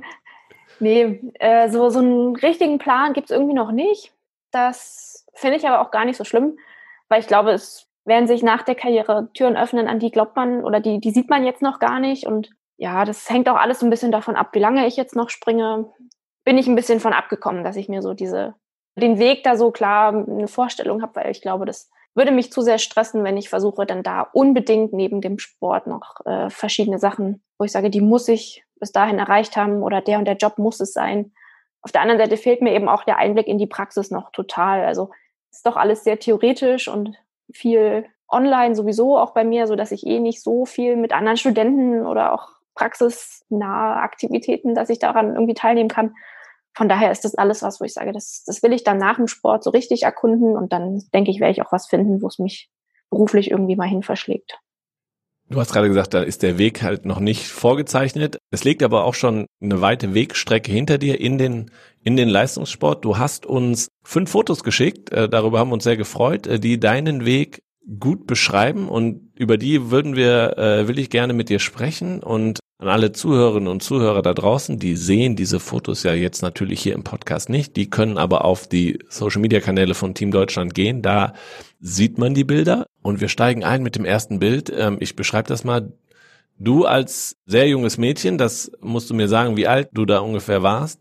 nee, äh, so, so einen richtigen Plan gibt es irgendwie noch nicht. Das finde ich aber auch gar nicht so schlimm, weil ich glaube, es werden sich nach der Karriere Türen öffnen, an die glaubt man oder die, die sieht man jetzt noch gar nicht. Und ja, das hängt auch alles so ein bisschen davon ab, wie lange ich jetzt noch springe. Bin ich ein bisschen von abgekommen, dass ich mir so diese, den Weg da so klar eine Vorstellung habe, weil ich glaube, das würde mich zu sehr stressen, wenn ich versuche, dann da unbedingt neben dem Sport noch äh, verschiedene Sachen, wo ich sage, die muss ich bis dahin erreicht haben oder der und der Job muss es sein. Auf der anderen Seite fehlt mir eben auch der Einblick in die Praxis noch total. Also ist doch alles sehr theoretisch und viel online sowieso auch bei mir, so dass ich eh nicht so viel mit anderen Studenten oder auch praxisnahe Aktivitäten, dass ich daran irgendwie teilnehmen kann. Von daher ist das alles was, wo ich sage, das, das will ich dann nach dem Sport so richtig erkunden und dann denke ich, werde ich auch was finden, wo es mich beruflich irgendwie mal hin verschlägt. Du hast gerade gesagt, da ist der Weg halt noch nicht vorgezeichnet. Es liegt aber auch schon eine weite Wegstrecke hinter dir in den in den Leistungssport. Du hast uns fünf Fotos geschickt, äh, darüber haben wir uns sehr gefreut, äh, die deinen Weg gut beschreiben und über die würden wir, äh, will ich gerne mit dir sprechen und an alle Zuhörerinnen und Zuhörer da draußen, die sehen diese Fotos ja jetzt natürlich hier im Podcast nicht, die können aber auf die Social-Media-Kanäle von Team Deutschland gehen, da sieht man die Bilder und wir steigen ein mit dem ersten Bild. Ähm, ich beschreibe das mal. Du als sehr junges Mädchen, das musst du mir sagen, wie alt du da ungefähr warst,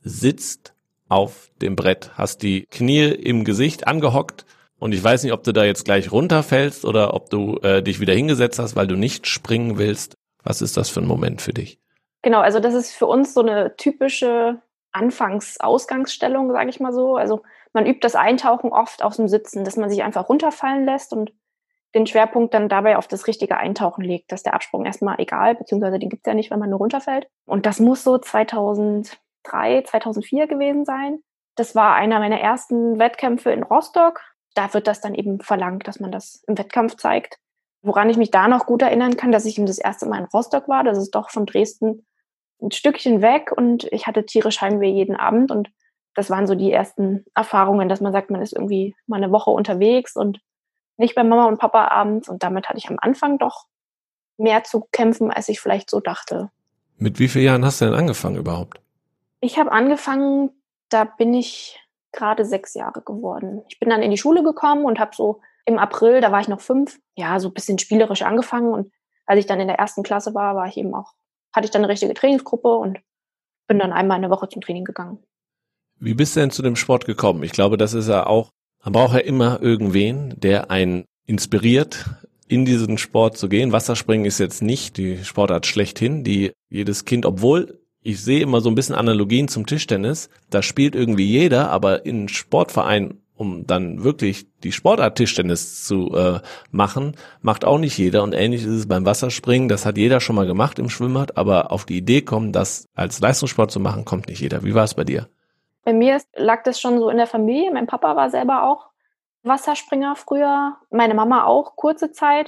sitzt auf dem Brett, hast die Knie im Gesicht angehockt und ich weiß nicht, ob du da jetzt gleich runterfällst oder ob du äh, dich wieder hingesetzt hast, weil du nicht springen willst. Was ist das für ein Moment für dich? Genau, also das ist für uns so eine typische Anfangs-Ausgangsstellung, sage ich mal so. Also man übt das Eintauchen oft aus dem Sitzen, dass man sich einfach runterfallen lässt und den Schwerpunkt dann dabei auf das richtige Eintauchen legt, dass der Absprung erstmal egal, beziehungsweise den gibt's ja nicht, wenn man nur runterfällt. Und das muss so zweitausenddrei, zweitausendvier gewesen sein. Das war einer meiner ersten Wettkämpfe in Rostock. Da wird das dann eben verlangt, dass man das im Wettkampf zeigt. Woran ich mich da noch gut erinnern kann, dass ich eben das erste Mal in Rostock war. Das ist doch von Dresden ein Stückchen weg und ich hatte tierisch Heimweh jeden Abend. Und das waren so die ersten Erfahrungen, dass man sagt, man ist irgendwie mal eine Woche unterwegs und nicht bei Mama und Papa abends. Und damit hatte ich am Anfang doch mehr zu kämpfen, als ich vielleicht so dachte. Mit wie vielen Jahren hast du denn angefangen überhaupt? Ich habe angefangen, da bin ich gerade sechs Jahre geworden. Ich bin dann in die Schule gekommen und habe so im April, da war ich noch fünf, ja, so ein bisschen spielerisch angefangen. Und als ich dann in der ersten Klasse war, war ich eben auch, hatte ich dann eine richtige Trainingsgruppe und bin dann einmal in der Woche zum Training gegangen. Wie bist du denn zu dem Sport gekommen? Ich glaube, das ist ja auch, man braucht ja immer irgendwen, der einen inspiriert, in diesen Sport zu gehen. Wasserspringen ist jetzt nicht die Sportart schlechthin, die jedes Kind, obwohl ich sehe immer so ein bisschen Analogien zum Tischtennis, da spielt irgendwie jeder, aber in Sportverein, um dann wirklich die Sportart Tischtennis zu äh, machen, macht auch nicht jeder. Und ähnlich ist es beim Wasserspringen, das hat jeder schon mal gemacht im Schwimmbad, aber auf die Idee kommen, das als Leistungssport zu machen, kommt nicht jeder. Wie war es bei dir? Bei mir lag das schon so in der Familie. Mein Papa war selber auch Wasserspringer früher, meine Mama auch kurze Zeit.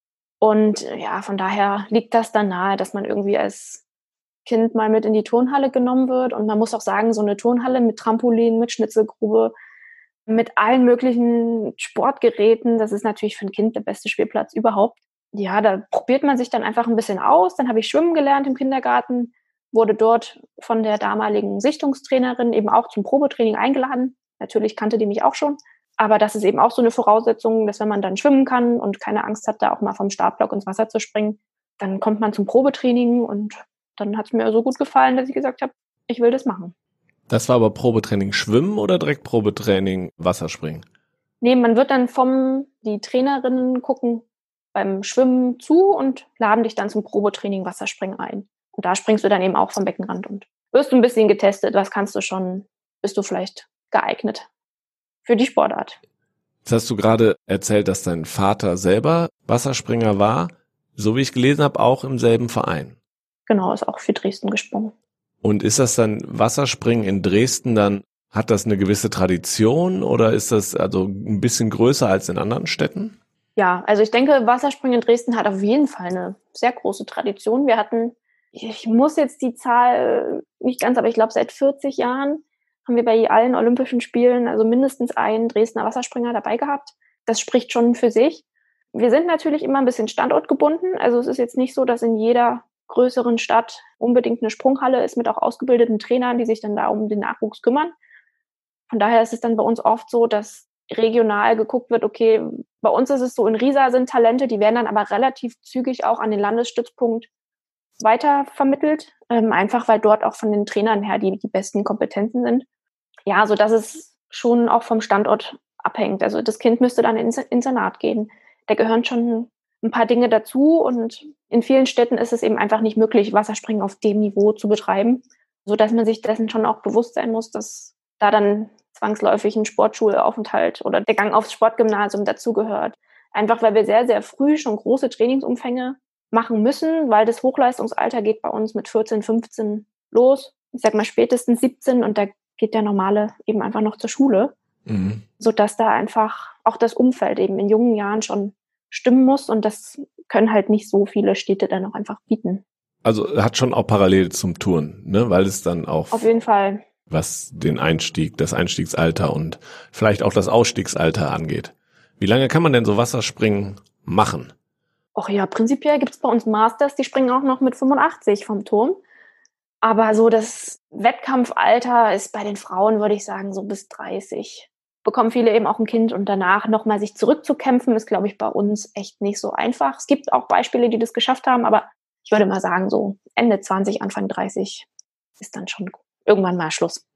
Und ja, von daher liegt das dann nahe, dass man irgendwie als Kind mal mit in die Turnhalle genommen wird. Und man muss auch sagen, so eine Turnhalle mit Trampolin, mit Schnitzelgrube, mit allen möglichen Sportgeräten, das ist natürlich für ein Kind der beste Spielplatz überhaupt. Ja, da probiert man sich dann einfach ein bisschen aus. Dann habe ich schwimmen gelernt im Kindergarten, wurde dort von der damaligen Sichtungstrainerin eben auch zum Probetraining eingeladen. Natürlich kannte die mich auch schon. Aber das ist eben auch so eine Voraussetzung, dass wenn man dann schwimmen kann und keine Angst hat, da auch mal vom Startblock ins Wasser zu springen, dann kommt man zum Probetraining und dann hat es mir so gut gefallen, dass ich gesagt habe, ich will das machen. Das war aber Probetraining Schwimmen oder direkt Probetraining Wasserspringen? Nee, man wird dann vom, die Trainerinnen gucken beim Schwimmen zu und laden dich dann zum Probetraining Wasserspringen ein. Und da springst du dann eben auch vom Beckenrand und wirst du ein bisschen getestet, was kannst du schon, bist du vielleicht geeignet für die Sportart. Jetzt hast du gerade erzählt, dass dein Vater selber Wasserspringer war, so wie ich gelesen habe, auch im selben Verein. Genau, ist auch für Dresden gesprungen. Und ist das dann Wasserspringen in Dresden dann, hat das eine gewisse Tradition oder ist das also ein bisschen größer als in anderen Städten? Ja, also ich denke, Wasserspringen in Dresden hat auf jeden Fall eine sehr große Tradition. Wir hatten, ich muss jetzt die Zahl nicht ganz, aber ich glaube seit vierzig Jahren haben wir bei allen Olympischen Spielen also mindestens einen Dresdner Wasserspringer dabei gehabt. Das spricht schon für sich. Wir sind natürlich immer ein bisschen standortgebunden. Also es ist jetzt nicht so, dass in jeder größeren Stadt unbedingt eine Sprunghalle ist mit auch ausgebildeten Trainern, die sich dann da um den Nachwuchs kümmern. Von daher ist es dann bei uns oft so, dass regional geguckt wird, okay, bei uns ist es so, in Riesa sind Talente, die werden dann aber relativ zügig auch an den Landesstützpunkt weitervermittelt, ähm, einfach weil dort auch von den Trainern her die, die besten Kompetenzen sind. Ja, so dass es schon auch vom Standort abhängt. Also das Kind müsste dann ins Internat gehen. Da gehören schon ein paar Dinge dazu und in vielen Städten ist es eben einfach nicht möglich, Wasserspringen auf dem Niveau zu betreiben, sodass man sich dessen schon auch bewusst sein muss, dass da dann zwangsläufig ein Sportschulaufenthalt oder der Gang aufs Sportgymnasium dazugehört. Einfach weil wir sehr, sehr früh schon große Trainingsumfänge machen müssen, weil das Hochleistungsalter geht bei uns mit vierzehn, fünfzehn los. Ich sag mal spätestens siebzehn und da geht der Normale eben einfach noch zur Schule, mhm. sodass da einfach auch das Umfeld eben in jungen Jahren schon stimmen muss und das können halt nicht so viele Städte dann auch einfach bieten. Also hat schon auch Parallel zum Touren, ne, weil es dann auch auf jeden Fall, was den Einstieg, das Einstiegsalter und vielleicht auch das Ausstiegsalter angeht. Wie lange kann man denn so Wasserspringen machen? Ach ja, prinzipiell gibt's bei uns Masters, die springen auch noch mit fünfundachtzig vom Turm. Aber so das Wettkampfalter ist bei den Frauen, würde ich sagen, so bis dreißig. Bekommen viele eben auch ein Kind und danach nochmal sich zurückzukämpfen, ist, glaube ich, bei uns echt nicht so einfach. Es gibt auch Beispiele, die das geschafft haben, aber ich würde mal sagen, so Ende zwanzig, Anfang dreißig ist dann schon irgendwann mal Schluss.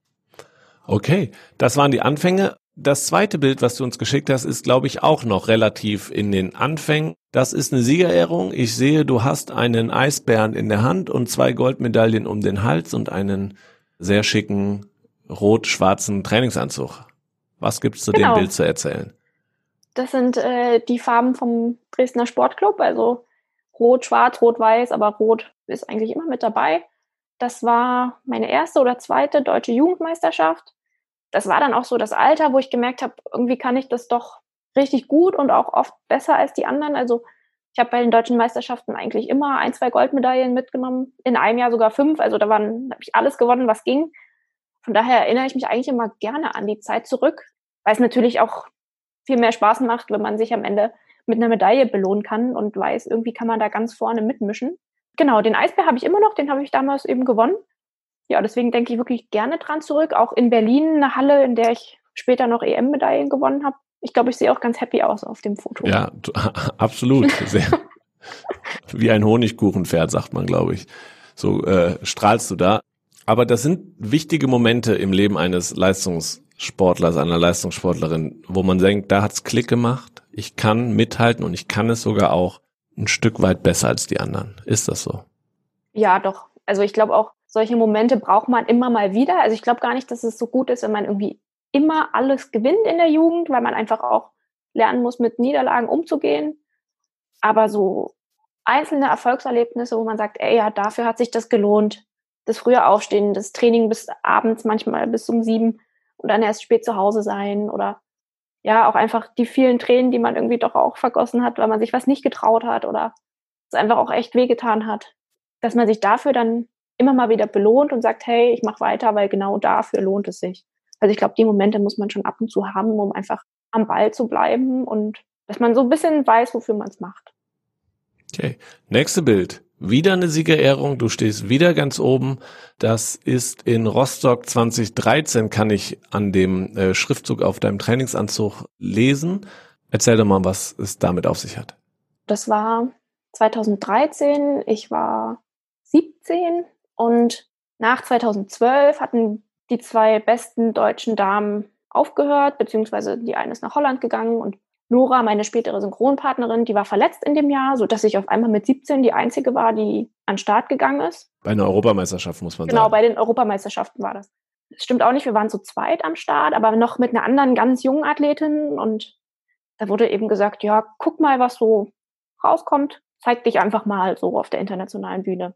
Okay, das waren die Anfänge. Das zweite Bild, was du uns geschickt hast, ist, glaube ich, auch noch relativ in den Anfängen. Das ist eine Siegerehrung. Ich sehe, du hast einen Eisbären in der Hand und zwei Goldmedaillen um den Hals und einen sehr schicken rot-schwarzen Trainingsanzug. Was gibt's zu genau. dem Bild zu erzählen? Das sind äh, die Farben vom Dresdner Sportclub, also rot, schwarz, rot, weiß, aber rot ist eigentlich immer mit dabei. Das war meine erste oder zweite deutsche Jugendmeisterschaft. Das war dann auch so das Alter, wo ich gemerkt habe, irgendwie kann ich das doch richtig gut und auch oft besser als die anderen. Also ich habe bei den deutschen Meisterschaften eigentlich immer ein, zwei Goldmedaillen mitgenommen, in einem Jahr sogar fünf. Also da waren, habe ich alles gewonnen, was ging. Von daher erinnere ich mich eigentlich immer gerne an die Zeit zurück, weil es natürlich auch viel mehr Spaß macht, wenn man sich am Ende mit einer Medaille belohnen kann und weiß, irgendwie kann man da ganz vorne mitmischen. Genau, den Eisbär habe ich immer noch, den habe ich damals eben gewonnen. ja, deswegen denke ich wirklich gerne dran zurück. Auch in Berlin eine Halle, in der ich später noch E M-Medaillen gewonnen habe. Ich glaube, ich sehe auch ganz happy aus auf dem Foto. Ja, absolut. Sehr. Wie ein Honigkuchenpferd, sagt man, glaube ich. So äh, strahlst du da. Aber das sind wichtige Momente im Leben eines Leistungssportlers, einer Leistungssportlerin, wo man denkt, da hat's Klick gemacht. Ich kann mithalten und ich kann es sogar auch ein Stück weit besser als die anderen. Ist das so? Ja, doch. Also ich glaube auch, solche Momente braucht man immer mal wieder. Also ich glaube gar nicht, dass es so gut ist, wenn man irgendwie immer alles gewinnt in der Jugend, weil man einfach auch lernen muss, mit Niederlagen umzugehen. Aber so einzelne Erfolgserlebnisse, wo man sagt, ey, ja, dafür hat sich das gelohnt. Das frühe Aufstehen, das Training bis abends, manchmal bis um sieben und dann erst spät zu Hause sein oder ja, auch einfach die vielen Tränen, die man irgendwie doch auch vergossen hat, weil man sich was nicht getraut hat oder es einfach auch echt wehgetan hat. Dass man sich dafür dann immer mal wieder belohnt und sagt, hey, ich mache weiter, weil genau dafür lohnt es sich. Also ich glaube, die Momente muss man schon ab und zu haben, um einfach am Ball zu bleiben und dass man so ein bisschen weiß, wofür man es macht. Okay, nächste Bild. Wieder eine Siegerehrung, du stehst wieder ganz oben. Das ist in Rostock zwanzig dreizehn, kann ich an dem äh, Schriftzug auf deinem Trainingsanzug lesen. Erzähl doch mal, was es damit auf sich hat. Das war zwanzig dreizehn, ich war siebzehn und nach zwanzig zwölf hatten die zwei besten deutschen Damen aufgehört, beziehungsweise die eine ist nach Holland gegangen und Nora, meine spätere Synchronpartnerin, die war verletzt in dem Jahr, sodass ich auf einmal mit siebzehn die einzige war, die an den Start gegangen ist. Bei einer Europameisterschaft muss man genau, sagen. Genau, bei den Europameisterschaften war das. Das stimmt auch nicht, wir waren zu zweit am Start, aber noch mit einer anderen ganz jungen Athletin und da wurde eben gesagt, ja, guck mal, was so rauskommt, zeig dich einfach mal so auf der internationalen Bühne.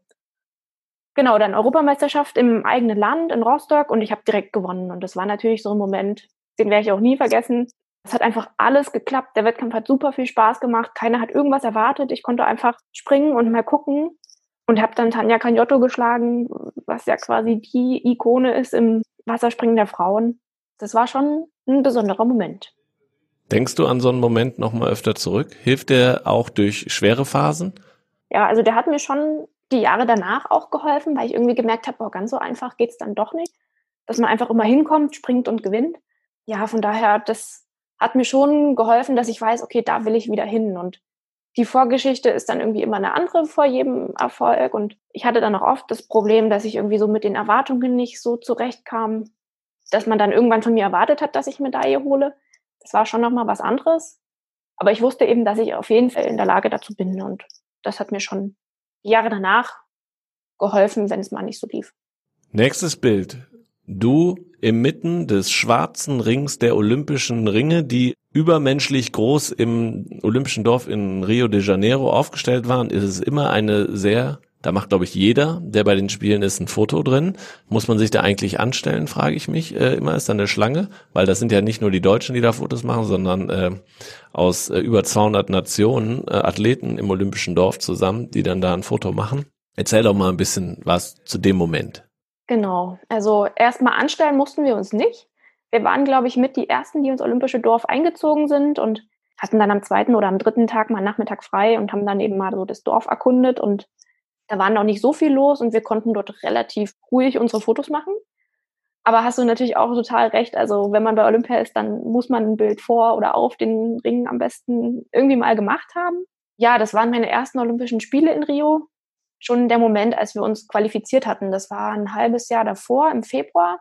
Genau, dann Europameisterschaft im eigenen Land in Rostock und ich habe direkt gewonnen und das war natürlich so ein Moment, den werde ich auch nie vergessen. Es hat einfach alles geklappt. Der Wettkampf hat super viel Spaß gemacht. Keiner hat irgendwas erwartet. Ich konnte einfach springen und mal gucken und habe dann Tanja Cagnotto geschlagen, was ja quasi die Ikone ist im Wasserspringen der Frauen. Das war schon ein besonderer Moment. Denkst du an so einen Moment noch mal öfter zurück? Hilft der auch durch schwere Phasen? Ja, also der hat mir schon die Jahre danach auch geholfen, weil ich irgendwie gemerkt habe, oh, ganz so einfach geht's dann doch nicht. Dass man einfach immer hinkommt, springt und gewinnt. Ja, von daher, das hat mir schon geholfen, dass ich weiß, okay, da will ich wieder hin. Und die Vorgeschichte ist dann irgendwie immer eine andere vor jedem Erfolg. Und ich hatte dann auch oft das Problem, dass ich irgendwie so mit den Erwartungen nicht so zurechtkam, dass man dann irgendwann von mir erwartet hat, dass ich Medaille hole. Das war schon nochmal was anderes. Aber ich wusste eben, dass ich auf jeden Fall in der Lage dazu bin. Und das hat mir schon die Jahre danach geholfen, wenn es mal nicht so lief. Nächstes Bild. Du inmitten des schwarzen Rings der Olympischen Ringe, die übermenschlich groß im Olympischen Dorf in Rio de Janeiro aufgestellt waren, ist es immer eine sehr, da macht glaube ich jeder, der bei den Spielen ist, ein Foto drin. Muss man sich da eigentlich anstellen, frage ich mich äh, immer, ist da eine Schlange? Weil das sind ja nicht nur die Deutschen, die da Fotos machen, sondern äh, aus äh, über zweihundert Nationen äh, Athleten im Olympischen Dorf zusammen, die dann da ein Foto machen. Erzähl doch mal ein bisschen was zu dem Moment. Genau, also erstmal anstellen mussten wir uns nicht. Wir waren, glaube ich, mit die Ersten, die ins Olympische Dorf eingezogen sind und hatten dann am zweiten oder am dritten Tag mal Nachmittag frei und haben dann eben mal so das Dorf erkundet und da war noch nicht so viel los und wir konnten dort relativ ruhig unsere Fotos machen. Aber hast du natürlich auch total recht, also wenn man bei Olympia ist, dann muss man ein Bild vor oder auf den Ringen am besten irgendwie mal gemacht haben. Ja, das waren meine ersten Olympischen Spiele in Rio. Schon der Moment, als wir uns qualifiziert hatten. Das war ein halbes Jahr davor, im Februar.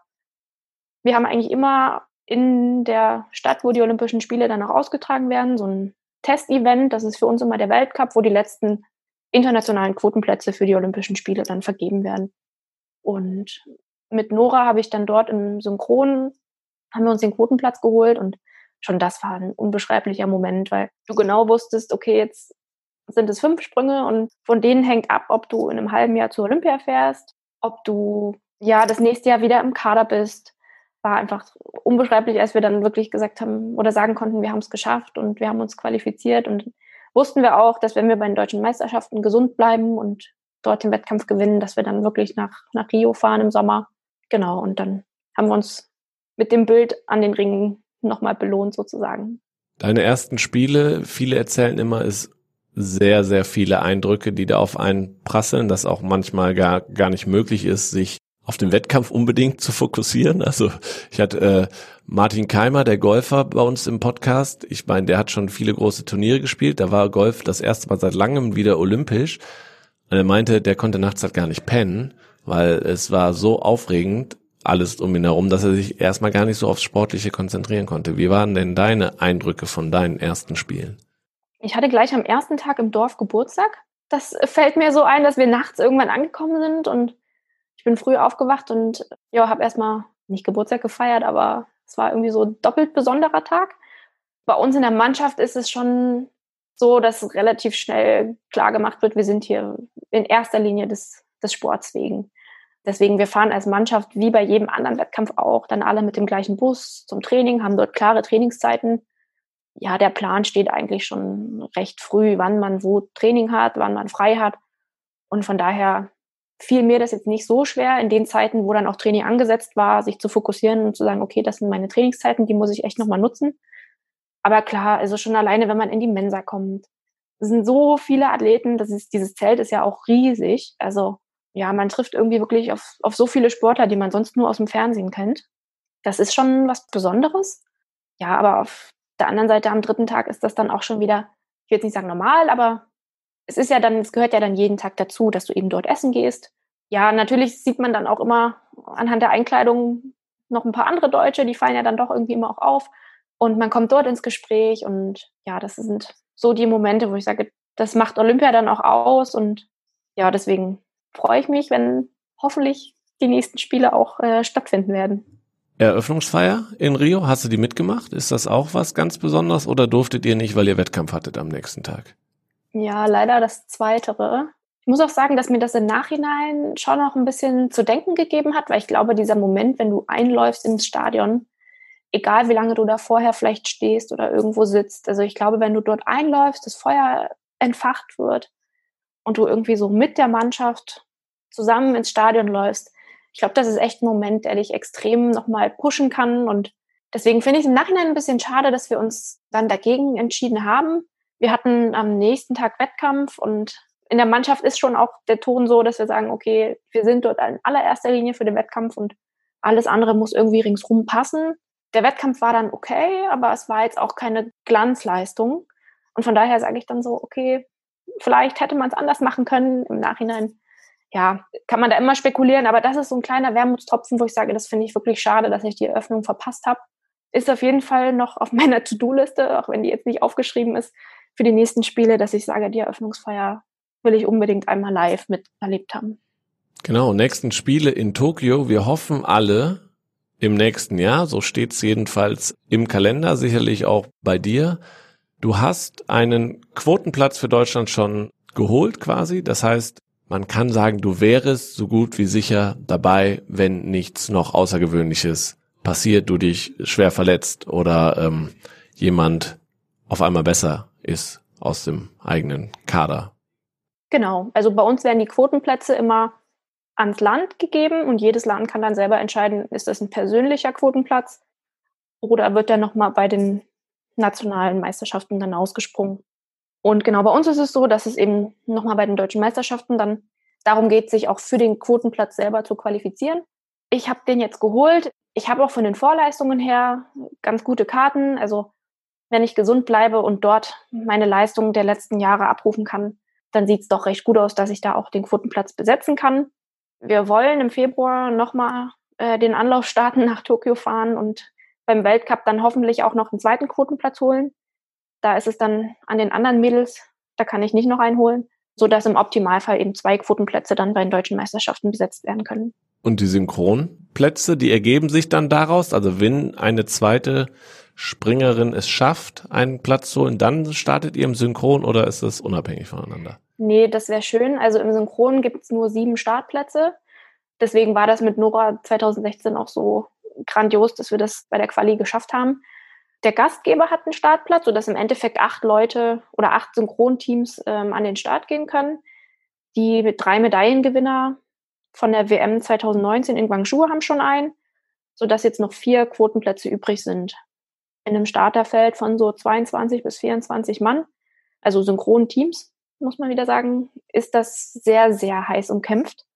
Wir haben eigentlich immer in der Stadt, wo die Olympischen Spiele dann auch ausgetragen werden, so ein Testevent. Das ist für uns immer der Weltcup, wo die letzten internationalen Quotenplätze für die Olympischen Spiele dann vergeben werden. Und mit Nora habe ich dann dort im Synchron, haben wir uns den Quotenplatz geholt und schon das war ein unbeschreiblicher Moment, weil du genau wusstest, okay, jetzt sind es fünf Sprünge und von denen hängt ab, ob du in einem halben Jahr zur Olympia fährst, ob du ja das nächste Jahr wieder im Kader bist. War einfach unbeschreiblich, als wir dann wirklich gesagt haben oder sagen konnten, wir haben es geschafft und wir haben uns qualifiziert und wussten wir auch, dass wenn wir bei den deutschen Meisterschaften gesund bleiben und dort den Wettkampf gewinnen, dass wir dann wirklich nach, nach Rio fahren im Sommer. Genau, und dann haben wir uns mit dem Bild an den Ringen nochmal belohnt sozusagen. Deine ersten Spiele, viele erzählen immer, ist sehr, sehr viele Eindrücke, die da auf einen prasseln, dass auch manchmal gar, gar nicht möglich ist, sich auf den Wettkampf unbedingt zu fokussieren. Also ich hatte äh, Martin Keimer, der Golfer bei uns im Podcast. Ich meine, der hat schon viele große Turniere gespielt. Da war Golf das erste Mal seit langem wieder olympisch. Und er meinte, der konnte nachts halt gar nicht pennen, weil es war so aufregend, alles um ihn herum, dass er sich erstmal gar nicht so aufs Sportliche konzentrieren konnte. Wie waren denn deine Eindrücke von deinen ersten Spielen? Ich hatte gleich am ersten Tag im Dorf Geburtstag. Das fällt mir so ein, dass wir nachts irgendwann angekommen sind und ich bin früh aufgewacht und ja, habe erstmal nicht Geburtstag gefeiert, aber es war irgendwie so ein doppelt besonderer Tag. Bei uns in der Mannschaft ist es schon so, dass relativ schnell klar gemacht wird, wir sind hier in erster Linie des, des Sports wegen. Deswegen, wir fahren als Mannschaft wie bei jedem anderen Wettkampf auch dann alle mit dem gleichen Bus zum Training, haben dort klare Trainingszeiten. Ja, der Plan steht eigentlich schon recht früh, wann man wo Training hat, wann man frei hat. Und von daher fiel mir das jetzt nicht so schwer, in den Zeiten, wo dann auch Training angesetzt war, sich zu fokussieren und zu sagen, okay, das sind meine Trainingszeiten, die muss ich echt nochmal nutzen. Aber klar, also schon alleine, wenn man in die Mensa kommt, es sind so viele Athleten, das ist, dieses Zelt ist ja auch riesig. Also ja, man trifft irgendwie wirklich auf, auf so viele Sportler, die man sonst nur aus dem Fernsehen kennt. Das ist schon was Besonderes. Ja, aber auf der anderen Seite am dritten Tag ist das dann auch schon wieder, ich will jetzt nicht sagen normal, aber es ist ja dann, es gehört ja dann jeden Tag dazu, dass du eben dort essen gehst. Ja, natürlich sieht man dann auch immer anhand der Einkleidung noch ein paar andere Deutsche, die fallen ja dann doch irgendwie immer auch auf. Und man kommt dort ins Gespräch und ja, das sind so die Momente, wo ich sage, das macht Olympia dann auch aus und ja, deswegen freue ich mich, wenn hoffentlich die nächsten Spiele auch äh, stattfinden werden. Eröffnungsfeier in Rio, hast du die mitgemacht? Ist das auch was ganz Besonderes oder durftet ihr nicht, weil ihr Wettkampf hattet am nächsten Tag? Ja, leider das Zweitere. Ich muss auch sagen, dass mir das im Nachhinein schon noch ein bisschen zu denken gegeben hat, weil ich glaube, dieser Moment, wenn du einläufst ins Stadion, egal wie lange du da vorher vielleicht stehst oder irgendwo sitzt, also ich glaube, wenn du dort einläufst, das Feuer entfacht wird und du irgendwie so mit der Mannschaft zusammen ins Stadion läufst, ich glaube, das ist echt ein Moment, der dich extrem nochmal pushen kann und deswegen finde ich es im Nachhinein ein bisschen schade, dass wir uns dann dagegen entschieden haben. Wir hatten am nächsten Tag Wettkampf und in der Mannschaft ist schon auch der Ton so, dass wir sagen, okay, wir sind dort in allererster Linie für den Wettkampf und alles andere muss irgendwie ringsrum passen. Der Wettkampf war dann okay, aber es war jetzt auch keine Glanzleistung. Und von daher sage ich dann so, okay, vielleicht hätte man es anders machen können. Im Nachhinein, ja, kann man da immer spekulieren, aber das ist so ein kleiner Wermutstropfen, wo ich sage, das finde ich wirklich schade, dass ich die Eröffnung verpasst habe. Ist auf jeden Fall noch auf meiner To-Do-Liste, auch wenn die jetzt nicht aufgeschrieben ist, für die nächsten Spiele, dass ich sage, die Eröffnungsfeier will ich unbedingt einmal live miterlebt haben. Genau, nächsten Spiele in Tokio. Wir hoffen alle im nächsten Jahr, so steht's jedenfalls im Kalender, sicherlich auch bei dir. Du hast einen Quotenplatz für Deutschland schon geholt quasi. Das heißt, man kann sagen, du wärest so gut wie sicher dabei, wenn nichts noch Außergewöhnliches passiert, du dich schwer verletzt oder ähm, jemand auf einmal besser ist aus dem eigenen Kader. Genau, also bei uns werden die Quotenplätze immer ans Land gegeben und jedes Land kann dann selber entscheiden, ist das ein persönlicher Quotenplatz oder wird der nochmal bei den nationalen Meisterschaften dann ausgesprungen. Und genau, bei uns ist es so, dass es eben nochmal bei den deutschen Meisterschaften dann darum geht, sich auch für den Quotenplatz selber zu qualifizieren. Ich habe den jetzt geholt. Ich habe auch von den Vorleistungen her ganz gute Karten. Also wenn ich gesund bleibe und dort meine Leistungen der letzten Jahre abrufen kann, dann sieht es doch recht gut aus, dass ich da auch den Quotenplatz besetzen kann. Wir wollen im Februar nochmal äh, den Anlauf starten, nach Tokio fahren und beim Weltcup dann hoffentlich auch noch einen zweiten Quotenplatz holen. Da ist es dann an den anderen Mädels, da kann ich nicht noch einen holen, sodass im Optimalfall eben zwei Quotenplätze dann bei den deutschen Meisterschaften besetzt werden können. Und die Synchronplätze, die ergeben sich dann daraus, also wenn eine zweite Springerin es schafft, einen Platz zu holen, dann startet ihr im Synchron oder ist das unabhängig voneinander? Nee, das wäre schön. Also im Synchron gibt es nur sieben Startplätze. Deswegen war das mit Nora zwanzig sechzehn auch so grandios, dass wir das bei der Quali geschafft haben. Der Gastgeber hat einen Startplatz, sodass im Endeffekt acht Leute oder acht Synchronteams ähm, an den Start gehen können. Die mit drei Medaillengewinner von der W M zwanzig neunzehn in Guangzhou haben schon einen, sodass jetzt noch vier Quotenplätze übrig sind. In einem Starterfeld von so zweiundzwanzig bis vierundzwanzig Mann, also Synchronteams, muss man wieder sagen, ist das sehr, sehr heiß umkämpft.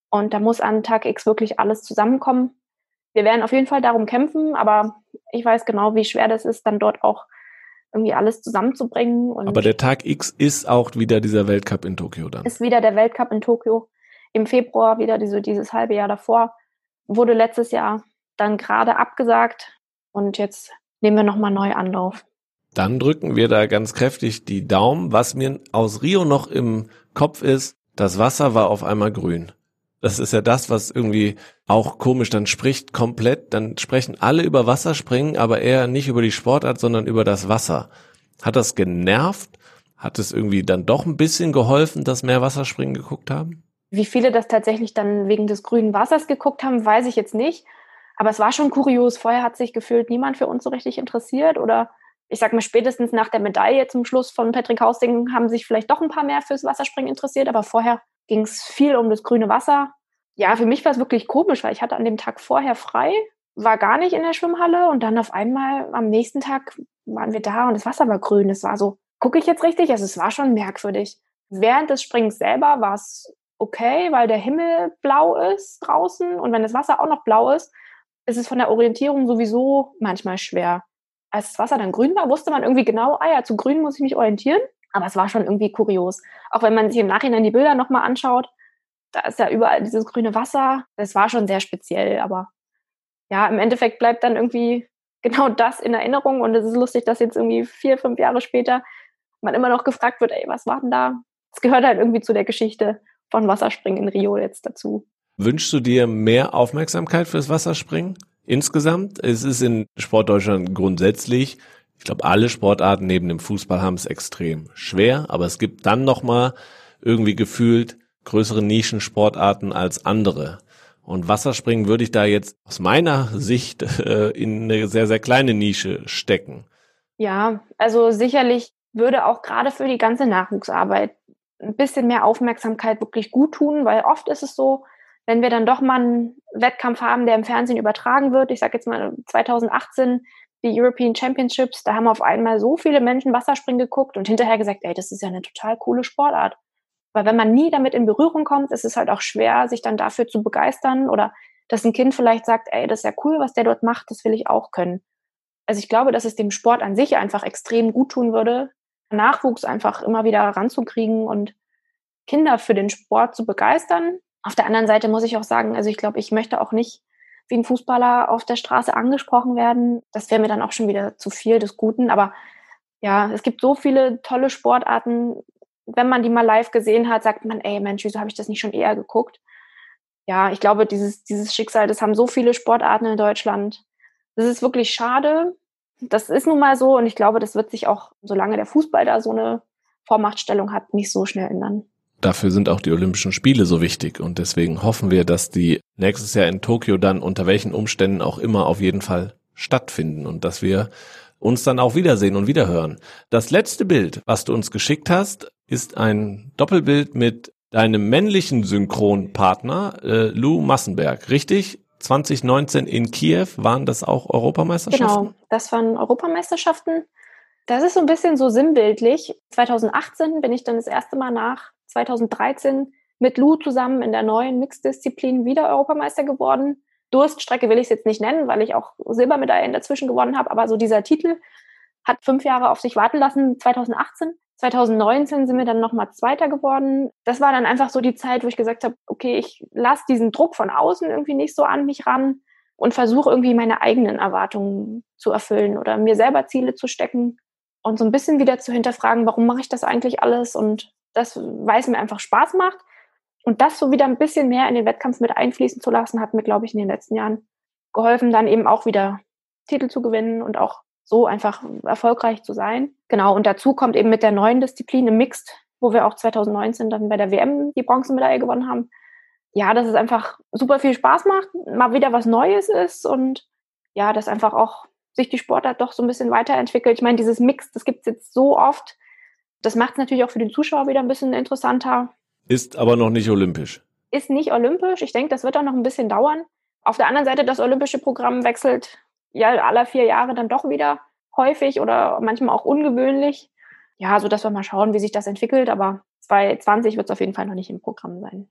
Und da muss an Tag X wirklich alles zusammenkommen. Wir werden auf jeden Fall darum kämpfen, aber ich weiß genau, wie schwer das ist, dann dort auch irgendwie alles zusammenzubringen. Und aber der Tag X ist auch wieder dieser Weltcup in Tokio dann? Ist wieder der Weltcup in Tokio. Im Februar wieder diese, dieses halbe Jahr davor. Wurde letztes Jahr dann gerade abgesagt. Und jetzt nehmen wir nochmal neu Anlauf. Dann drücken wir da ganz kräftig die Daumen. Was mir aus Rio noch im Kopf ist, das Wasser war auf einmal grün. Das ist ja das, was irgendwie auch komisch dann spricht komplett. Dann sprechen alle über Wasserspringen, aber eher nicht über die Sportart, sondern über das Wasser. Hat das genervt? Hat es irgendwie dann doch ein bisschen geholfen, dass mehr Wasserspringen geguckt haben? Wie viele das tatsächlich dann wegen des grünen Wassers geguckt haben, weiß ich jetzt nicht. Aber es war schon kurios. Vorher hat sich gefühlt niemand für uns so richtig interessiert. Oder ich sag mal, spätestens nach der Medaille zum Schluss von Patrick Hausting haben sich vielleicht doch ein paar mehr fürs Wasserspringen interessiert. Aber vorher ging es viel um das grüne Wasser. Ja, für mich war es wirklich komisch, weil ich hatte an dem Tag vorher frei, war gar nicht in der Schwimmhalle und dann auf einmal am nächsten Tag waren wir da und das Wasser war grün. Es war so, gucke ich jetzt richtig? Also es war schon merkwürdig. Während des Springens selber war es okay, weil der Himmel blau ist draußen und wenn das Wasser auch noch blau ist, ist es von der Orientierung sowieso manchmal schwer. Als das Wasser dann grün war, wusste man irgendwie genau, ah ja, zu grün muss ich mich orientieren. Aber es war schon irgendwie kurios. Auch wenn man sich im Nachhinein die Bilder nochmal anschaut, da ist ja überall dieses grüne Wasser. Das war schon sehr speziell, aber ja, im Endeffekt bleibt dann irgendwie genau das in Erinnerung und es ist lustig, dass jetzt irgendwie vier, fünf Jahre später man immer noch gefragt wird, ey, was war denn da? Es gehört halt irgendwie zu der Geschichte von Wasserspringen in Rio jetzt dazu. Wünschst du dir mehr Aufmerksamkeit fürs Wasserspringen insgesamt? Es ist in Sportdeutschland grundsätzlich, ich glaube, alle Sportarten neben dem Fußball haben es extrem schwer, aber es gibt dann nochmal irgendwie gefühlt größere Nischensportarten als andere. Und Wasserspringen würde ich da jetzt aus meiner Sicht äh, in eine sehr, sehr kleine Nische stecken. Ja, also sicherlich würde auch gerade für die ganze Nachwuchsarbeit ein bisschen mehr Aufmerksamkeit wirklich gut tun, weil oft ist es so, wenn wir dann doch mal einen Wettkampf haben, der im Fernsehen übertragen wird, ich sage jetzt mal zwanzig achtzehn, die European Championships, da haben auf einmal so viele Menschen Wasserspringen geguckt und hinterher gesagt, ey, das ist ja eine total coole Sportart. Weil wenn man nie damit in Berührung kommt, ist es halt auch schwer, sich dann dafür zu begeistern oder dass ein Kind vielleicht sagt, ey, das ist ja cool, was der dort macht, das will ich auch können. Also ich glaube, dass es dem Sport an sich einfach extrem gut tun würde, Nachwuchs einfach immer wieder ranzukriegen und Kinder für den Sport zu begeistern. Auf der anderen Seite muss ich auch sagen, also ich glaube, ich möchte auch nicht wie ein Fußballer auf der Straße angesprochen werden. Das wäre mir dann auch schon wieder zu viel des Guten. Aber ja, es gibt so viele tolle Sportarten. Wenn man die mal live gesehen hat, sagt man, ey Mensch, wieso habe ich das nicht schon eher geguckt? Ja, ich glaube, dieses, dieses Schicksal, das haben so viele Sportarten in Deutschland. Das ist wirklich schade. Das ist nun mal so und ich glaube, das wird sich auch, solange der Fußball da so eine Vormachtstellung hat, nicht so schnell ändern. Dafür sind auch die Olympischen Spiele so wichtig und deswegen hoffen wir, dass die nächstes Jahr in Tokio dann unter welchen Umständen auch immer auf jeden Fall stattfinden und dass wir uns dann auch wiedersehen und wiederhören. Das letzte Bild, was du uns geschickt hast, ist ein Doppelbild mit deinem männlichen Synchronpartner äh, Lou Massenberg, richtig? zwanzig neunzehn in Kiew waren das auch Europameisterschaften? Genau, das waren Europameisterschaften. Das ist so ein bisschen so sinnbildlich. zwanzig achtzehn bin ich dann das erste Mal nach zwanzig dreizehn mit Lou zusammen in der neuen Mixed-Disziplin wieder Europameister geworden. Durststrecke will ich es jetzt nicht nennen, weil ich auch Silbermedaillen dazwischen gewonnen habe, aber so dieser Titel hat fünf Jahre auf sich warten lassen, zwanzig achtzehn. zwanzig neunzehn sind wir dann nochmal Zweiter geworden. Das war dann einfach so die Zeit, wo ich gesagt habe, okay, ich lasse diesen Druck von außen irgendwie nicht so an mich ran und versuche irgendwie meine eigenen Erwartungen zu erfüllen oder mir selber Ziele zu stecken und so ein bisschen wieder zu hinterfragen, warum mache ich das eigentlich alles und das, weil es mir einfach Spaß macht. Und das so wieder ein bisschen mehr in den Wettkampf mit einfließen zu lassen, hat mir, glaube ich, in den letzten Jahren geholfen, dann eben auch wieder Titel zu gewinnen und auch so einfach erfolgreich zu sein. Genau, und dazu kommt eben mit der neuen Disziplin im Mixed, wo wir auch zwanzig neunzehn dann bei der W M die Bronzemedaille gewonnen haben. Ja, dass es einfach super viel Spaß macht, mal wieder was Neues ist und ja, dass einfach auch sich die Sportart doch so ein bisschen weiterentwickelt. Ich meine, dieses Mixed, das gibt es jetzt so oft. Das macht es natürlich auch für den Zuschauer wieder ein bisschen interessanter. Ist aber noch nicht olympisch. Ist nicht olympisch. Ich denke, das wird auch noch ein bisschen dauern. Auf der anderen Seite, das olympische Programm wechselt ja alle vier Jahre dann doch wieder häufig oder manchmal auch ungewöhnlich. Ja, so dass wir mal schauen, wie sich das entwickelt. Aber zwanzig zwanzig wird es auf jeden Fall noch nicht im Programm sein.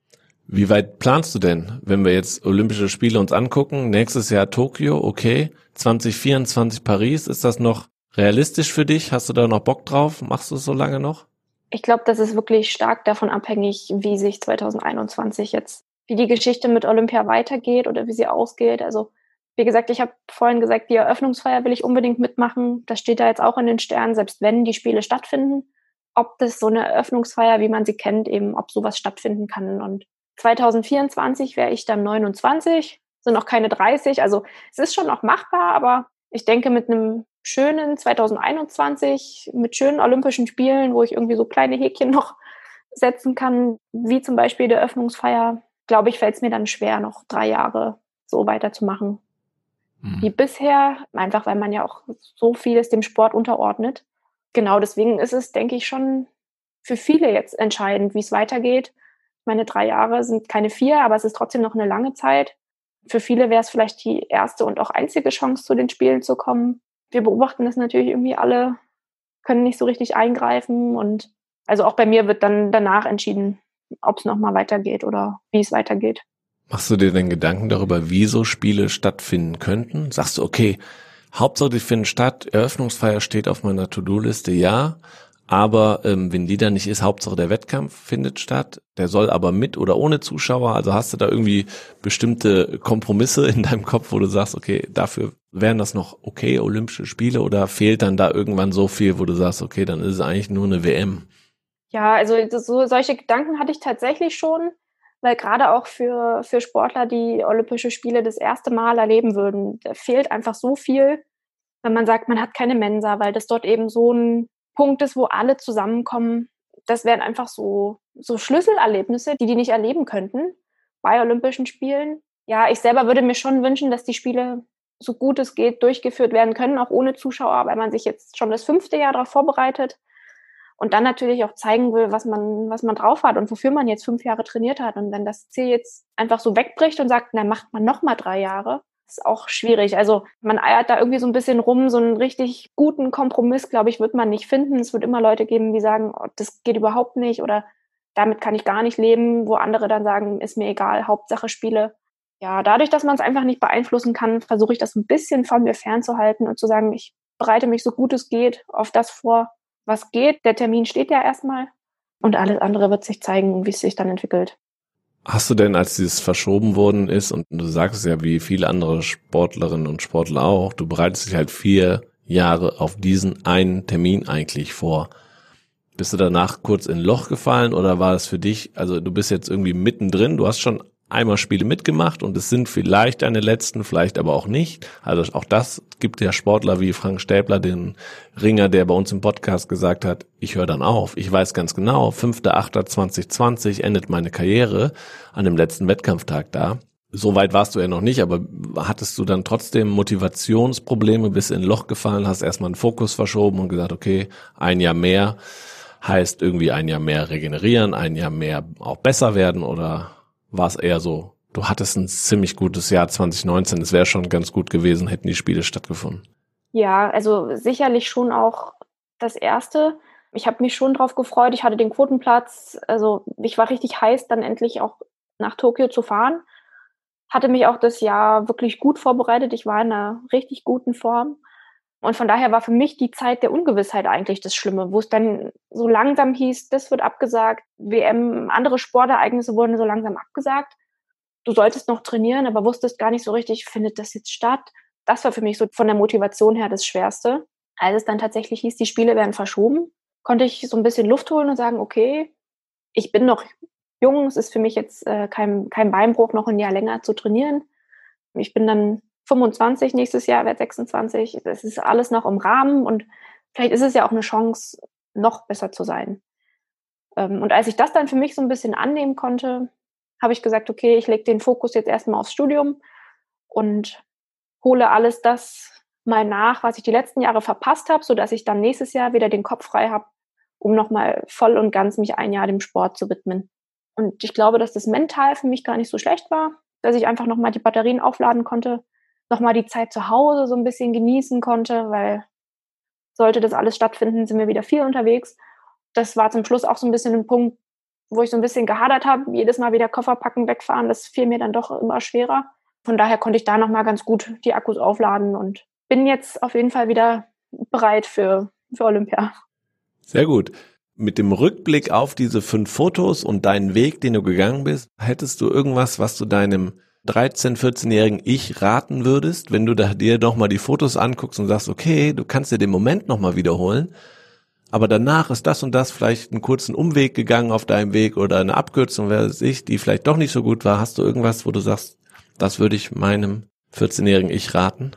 Wie weit planst du denn, wenn wir jetzt Olympische Spiele uns angucken? Nächstes Jahr Tokio, okay. zwanzig vierundzwanzig Paris, ist das noch realistisch für dich? Hast du da noch Bock drauf? Machst du es so lange noch? Ich glaube, das ist wirklich stark davon abhängig, wie sich zwanzig einundzwanzig jetzt, wie die Geschichte mit Olympia weitergeht oder wie sie ausgeht. Also wie gesagt, ich habe vorhin gesagt, die Eröffnungsfeier will ich unbedingt mitmachen. Das steht da jetzt auch in den Sternen, selbst wenn die Spiele stattfinden. Ob das so eine Eröffnungsfeier, wie man sie kennt, eben ob sowas stattfinden kann. Und zwanzig vierundzwanzig wäre ich dann neunundzwanzig, sind noch keine dreißig. Also es ist schon noch machbar, aber ich denke mit einem schönen zwanzig einundzwanzig, mit schönen Olympischen Spielen, wo ich irgendwie so kleine Häkchen noch setzen kann, wie zum Beispiel die Eröffnungsfeier, glaube ich, fällt es mir dann schwer, noch drei Jahre so weiterzumachen mhm. wie bisher, einfach weil man ja auch so vieles dem Sport unterordnet. Genau, deswegen ist es, denke ich, schon für viele jetzt entscheidend, wie es weitergeht. Meine drei Jahre sind keine vier, aber es ist trotzdem noch eine lange Zeit. Für viele wäre es vielleicht die erste und auch einzige Chance, zu den Spielen zu kommen. Wir beobachten das natürlich irgendwie alle, können nicht so richtig eingreifen. Und also auch bei mir wird dann danach entschieden, ob es nochmal weitergeht oder wie es weitergeht. Machst du dir denn Gedanken darüber, wie so Spiele stattfinden könnten? Sagst du, okay, Hauptsache die finden statt, Eröffnungsfeier steht auf meiner To-Do-Liste, ja. Aber ähm, wenn die dann nicht ist, Hauptsache der Wettkampf findet statt, der soll aber mit oder ohne Zuschauer, also hast du da irgendwie bestimmte Kompromisse in deinem Kopf, wo du sagst, okay, dafür wären das noch okay Olympische Spiele oder fehlt dann da irgendwann so viel, wo du sagst, okay, dann ist es eigentlich nur eine W M? Ja, also so solche Gedanken hatte ich tatsächlich schon, weil gerade auch für für Sportler, die Olympische Spiele das erste Mal erleben würden, da fehlt einfach so viel, wenn man sagt, man hat keine Mensa, weil das dort eben so ein Punkt ist, wo alle zusammenkommen. Das wären einfach so, so Schlüsselerlebnisse, die die nicht erleben könnten bei Olympischen Spielen. Ja, ich selber würde mir schon wünschen, dass die Spiele so gut es geht durchgeführt werden können, auch ohne Zuschauer, weil man sich jetzt schon das fünfte Jahr darauf vorbereitet und dann natürlich auch zeigen will, was man, was man drauf hat und wofür man jetzt fünf Jahre trainiert hat. Und wenn das Ziel jetzt einfach so wegbricht und sagt, na, macht man noch mal drei Jahre, ist auch schwierig. Also man eiert da irgendwie so ein bisschen rum, so einen richtig guten Kompromiss, glaube ich, wird man nicht finden. Es wird immer Leute geben, die sagen, oh, das geht überhaupt nicht oder damit kann ich gar nicht leben, wo andere dann sagen, ist mir egal, Hauptsache Spiele. Ja, dadurch, dass man es einfach nicht beeinflussen kann, versuche ich das ein bisschen von mir fernzuhalten und zu sagen, ich bereite mich so gut es geht auf das vor, was geht. Der Termin steht ja erstmal und alles andere wird sich zeigen, wie es sich dann entwickelt. Hast du denn, als dieses verschoben worden ist, und du sagst ja, wie viele andere Sportlerinnen und Sportler auch, du bereitest dich halt vier Jahre auf diesen einen Termin eigentlich vor. Bist du danach kurz in ein Loch gefallen oder war das für dich, also du bist jetzt irgendwie mittendrin, du hast schon einmal Spiele mitgemacht und es sind vielleicht deine letzten, vielleicht aber auch nicht. Also auch das gibt ja Sportler wie Frank Stäbler, den Ringer, der bei uns im Podcast gesagt hat, ich höre dann auf. Ich weiß ganz genau, fünfter achter zweitausendzwanzig endet meine Karriere an dem letzten Wettkampftag da. So weit warst du ja noch nicht, aber hattest du dann trotzdem Motivationsprobleme, bist in ein Loch gefallen, hast erstmal einen Fokus verschoben und gesagt, okay, ein Jahr mehr heißt irgendwie ein Jahr mehr regenerieren, ein Jahr mehr auch besser werden, oder war es eher so, du hattest ein ziemlich gutes Jahr zwanzig neunzehn, es wäre schon ganz gut gewesen, hätten die Spiele stattgefunden? Ja, also sicherlich schon auch das Erste. Ich habe mich schon drauf gefreut, ich hatte den Quotenplatz, also ich war richtig heiß, dann endlich auch nach Tokio zu fahren. Hatte mich auch das Jahr wirklich gut vorbereitet, ich war in einer richtig guten Form. Und von daher war für mich die Zeit der Ungewissheit eigentlich das Schlimme, wo es dann so langsam hieß, das wird abgesagt, W M, andere Sportereignisse wurden so langsam abgesagt. Du solltest noch trainieren, aber wusstest gar nicht so richtig, findet das jetzt statt? Das war für mich so von der Motivation her das Schwerste. Als es dann tatsächlich hieß, die Spiele werden verschoben, konnte ich so ein bisschen Luft holen und sagen, okay, ich bin noch jung, es ist für mich jetzt äh, kein, kein Beinbruch, noch ein Jahr länger zu trainieren. Ich bin dann fünfundzwanzig nächstes Jahr, werde sechsundzwanzig. Das ist alles noch im Rahmen und vielleicht ist es ja auch eine Chance, noch besser zu sein. Und als ich das dann für mich so ein bisschen annehmen konnte, habe ich gesagt, okay, ich lege den Fokus jetzt erstmal aufs Studium und hole alles das mal nach, was ich die letzten Jahre verpasst habe, sodass ich dann nächstes Jahr wieder den Kopf frei habe, um nochmal voll und ganz mich ein Jahr dem Sport zu widmen. Und ich glaube, dass das mental für mich gar nicht so schlecht war, dass ich einfach nochmal die Batterien aufladen konnte, nochmal die Zeit zu Hause so ein bisschen genießen konnte, weil sollte das alles stattfinden, sind wir wieder viel unterwegs. Das war zum Schluss auch so ein bisschen ein Punkt, wo ich so ein bisschen gehadert habe, jedes Mal wieder Koffer packen, wegfahren, das fiel mir dann doch immer schwerer. Von daher konnte ich da nochmal ganz gut die Akkus aufladen und bin jetzt auf jeden Fall wieder bereit für, für Olympia. Sehr gut. Mit dem Rückblick auf diese fünf Fotos und deinen Weg, den du gegangen bist, hättest du irgendwas, was du deinem dreizehn-, vierzehnjährigen Ich raten würdest, wenn du da dir doch mal die Fotos anguckst und sagst, okay, du kannst dir den Moment nochmal wiederholen, aber danach ist das und das vielleicht einen kurzen Umweg gegangen auf deinem Weg oder eine Abkürzung, wer weiß ich, die vielleicht doch nicht so gut war. Hast du irgendwas, wo du sagst, das würde ich meinem vierzehnjährigen Ich raten?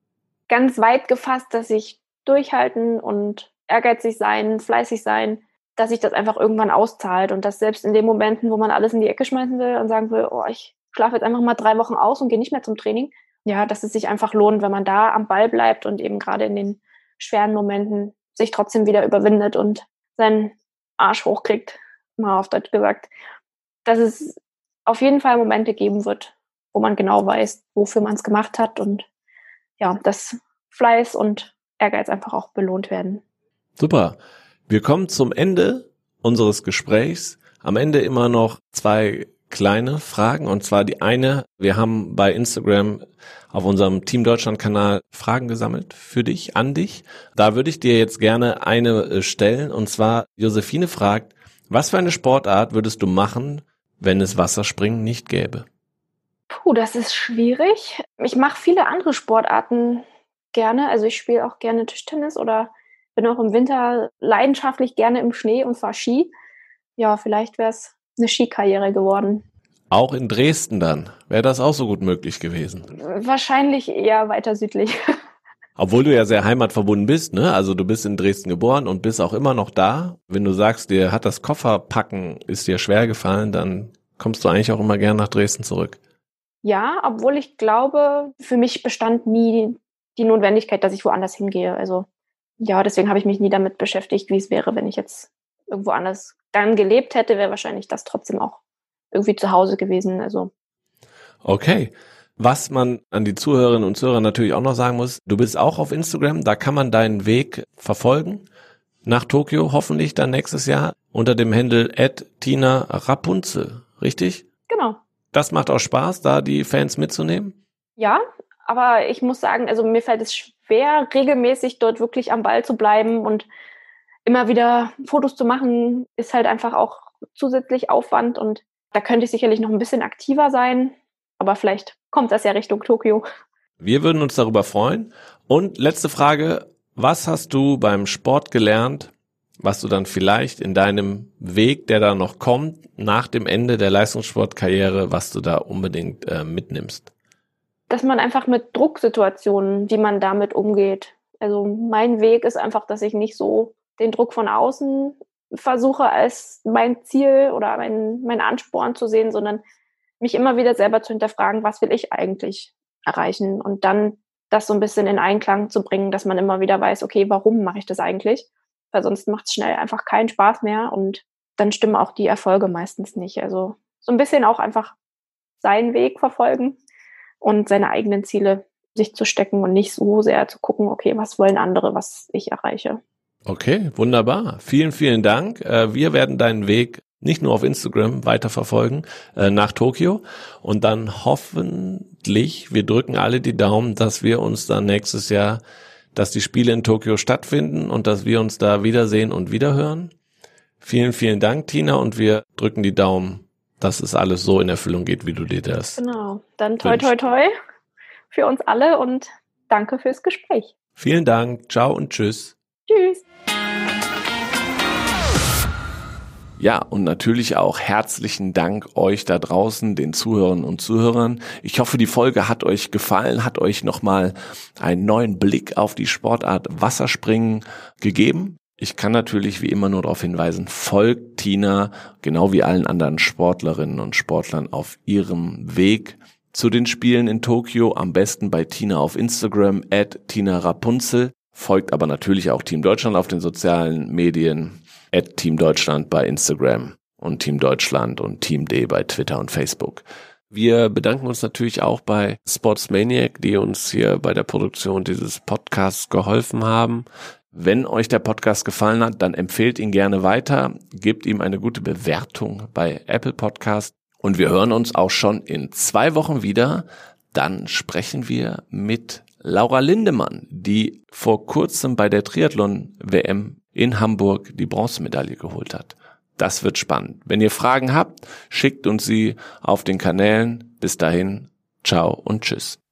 Ganz weit gefasst, dass ich durchhalten und ehrgeizig sein, fleißig sein, dass sich das einfach irgendwann auszahlt und dass selbst in den Momenten, wo man alles in die Ecke schmeißen will und sagen will, oh, ich schlafe jetzt einfach mal drei Wochen aus und gehe nicht mehr zum Training, ja, dass es sich einfach lohnt, wenn man da am Ball bleibt und eben gerade in den schweren Momenten sich trotzdem wieder überwindet und seinen Arsch hochkriegt, mal auf Deutsch gesagt, dass es auf jeden Fall Momente geben wird, wo man genau weiß, wofür man es gemacht hat und ja, dass Fleiß und Ehrgeiz einfach auch belohnt werden. Super. Wir kommen zum Ende unseres Gesprächs. Am Ende immer noch zwei kleine Fragen. Und zwar die eine, wir haben bei Instagram auf unserem Team Deutschland Kanal Fragen gesammelt für dich, an dich. Da würde ich dir jetzt gerne eine stellen. Und zwar, Josephine fragt, was für eine Sportart würdest du machen, wenn es Wasserspringen nicht gäbe? Puh, das ist schwierig. Ich mache viele andere Sportarten gerne. Also ich spiele auch gerne Tischtennis oder bin auch im Winter leidenschaftlich gerne im Schnee und fahre Ski. Ja, vielleicht wäre es eine Skikarriere geworden. Auch in Dresden dann? Wäre das auch so gut möglich gewesen? Wahrscheinlich eher weiter südlich. Obwohl du ja sehr heimatverbunden bist, ne? Also du bist in Dresden geboren und bist auch immer noch da. Wenn du sagst, dir hat das Kofferpacken, ist dir schwer gefallen, dann kommst du eigentlich auch immer gern nach Dresden zurück. Ja, obwohl ich glaube, für mich bestand nie die Notwendigkeit, dass ich woanders hingehe. Also ja, deswegen habe ich mich nie damit beschäftigt, wie es wäre, wenn ich jetzt irgendwo anders dann gelebt hätte, wäre wahrscheinlich das trotzdem auch irgendwie zu Hause gewesen. Also okay. Was man an die Zuhörerinnen und Zuhörer natürlich auch noch sagen muss, du bist auch auf Instagram, da kann man deinen Weg verfolgen. Nach Tokio hoffentlich dann nächstes Jahr unter dem Handle at Tina Rapunzel, richtig? Genau. Das macht auch Spaß, da die Fans mitzunehmen? Ja, aber ich muss sagen, also mir fällt es schwer, regelmäßig dort wirklich am Ball zu bleiben und immer wieder Fotos zu machen, ist halt einfach auch zusätzlich Aufwand und da könnte ich sicherlich noch ein bisschen aktiver sein, aber vielleicht kommt das ja Richtung Tokio. Wir würden uns darüber freuen. Und letzte Frage, was hast du beim Sport gelernt, was du dann vielleicht in deinem Weg, der da noch kommt, nach dem Ende der Leistungssportkarriere, was du da unbedingt äh, mitnimmst? Dass man einfach mit Drucksituationen, wie man damit umgeht. Also mein Weg ist einfach, dass ich nicht so den Druck von außen versuche als mein Ziel oder mein, mein Ansporn zu sehen, sondern mich immer wieder selber zu hinterfragen, was will ich eigentlich erreichen und dann das so ein bisschen in Einklang zu bringen, dass man immer wieder weiß, okay, warum mache ich das eigentlich? Weil sonst macht es schnell einfach keinen Spaß mehr und dann stimmen auch die Erfolge meistens nicht. Also so ein bisschen auch einfach seinen Weg verfolgen und seine eigenen Ziele sich zu stecken und nicht so sehr zu gucken, okay, was wollen andere, was ich erreiche. Okay, wunderbar. Vielen, vielen Dank. Wir werden deinen Weg nicht nur auf Instagram weiterverfolgen nach Tokio und dann hoffentlich, wir drücken alle die Daumen, dass wir uns dann nächstes Jahr, dass die Spiele in Tokio stattfinden und dass wir uns da wiedersehen und wiederhören. Vielen, vielen Dank, Tina, und wir drücken die Daumen, dass es alles so in Erfüllung geht, wie du dir das Genau, dann toi toi toi für uns alle und danke fürs Gespräch. Vielen Dank, ciao und tschüss. Tschüss. Ja, und natürlich auch herzlichen Dank euch da draußen, den Zuhörern und Zuhörern. Ich hoffe, die Folge hat euch gefallen, hat euch nochmal einen neuen Blick auf die Sportart Wasserspringen gegeben. Ich kann natürlich wie immer nur darauf hinweisen, folgt Tina, genau wie allen anderen Sportlerinnen und Sportlern auf ihrem Weg zu den Spielen in Tokio. Am besten bei Tina auf Instagram, at Tina Rapunzel. Folgt aber natürlich auch Team Deutschland auf den sozialen Medien, at Team Deutschland bei Instagram und Team Deutschland und Team D bei Twitter und Facebook. Wir bedanken uns natürlich auch bei Sportsmaniac, die uns hier bei der Produktion dieses Podcasts geholfen haben. Wenn euch der Podcast gefallen hat, dann empfehlt ihn gerne weiter, gebt ihm eine gute Bewertung bei Apple Podcast und wir hören uns auch schon in zwei Wochen wieder. Dann sprechen wir mit Laura Lindemann, die vor kurzem bei der Triathlon-W M in Hamburg die Bronzemedaille geholt hat. Das wird spannend. Wenn ihr Fragen habt, schickt uns sie auf den Kanälen. Bis dahin, ciao und tschüss.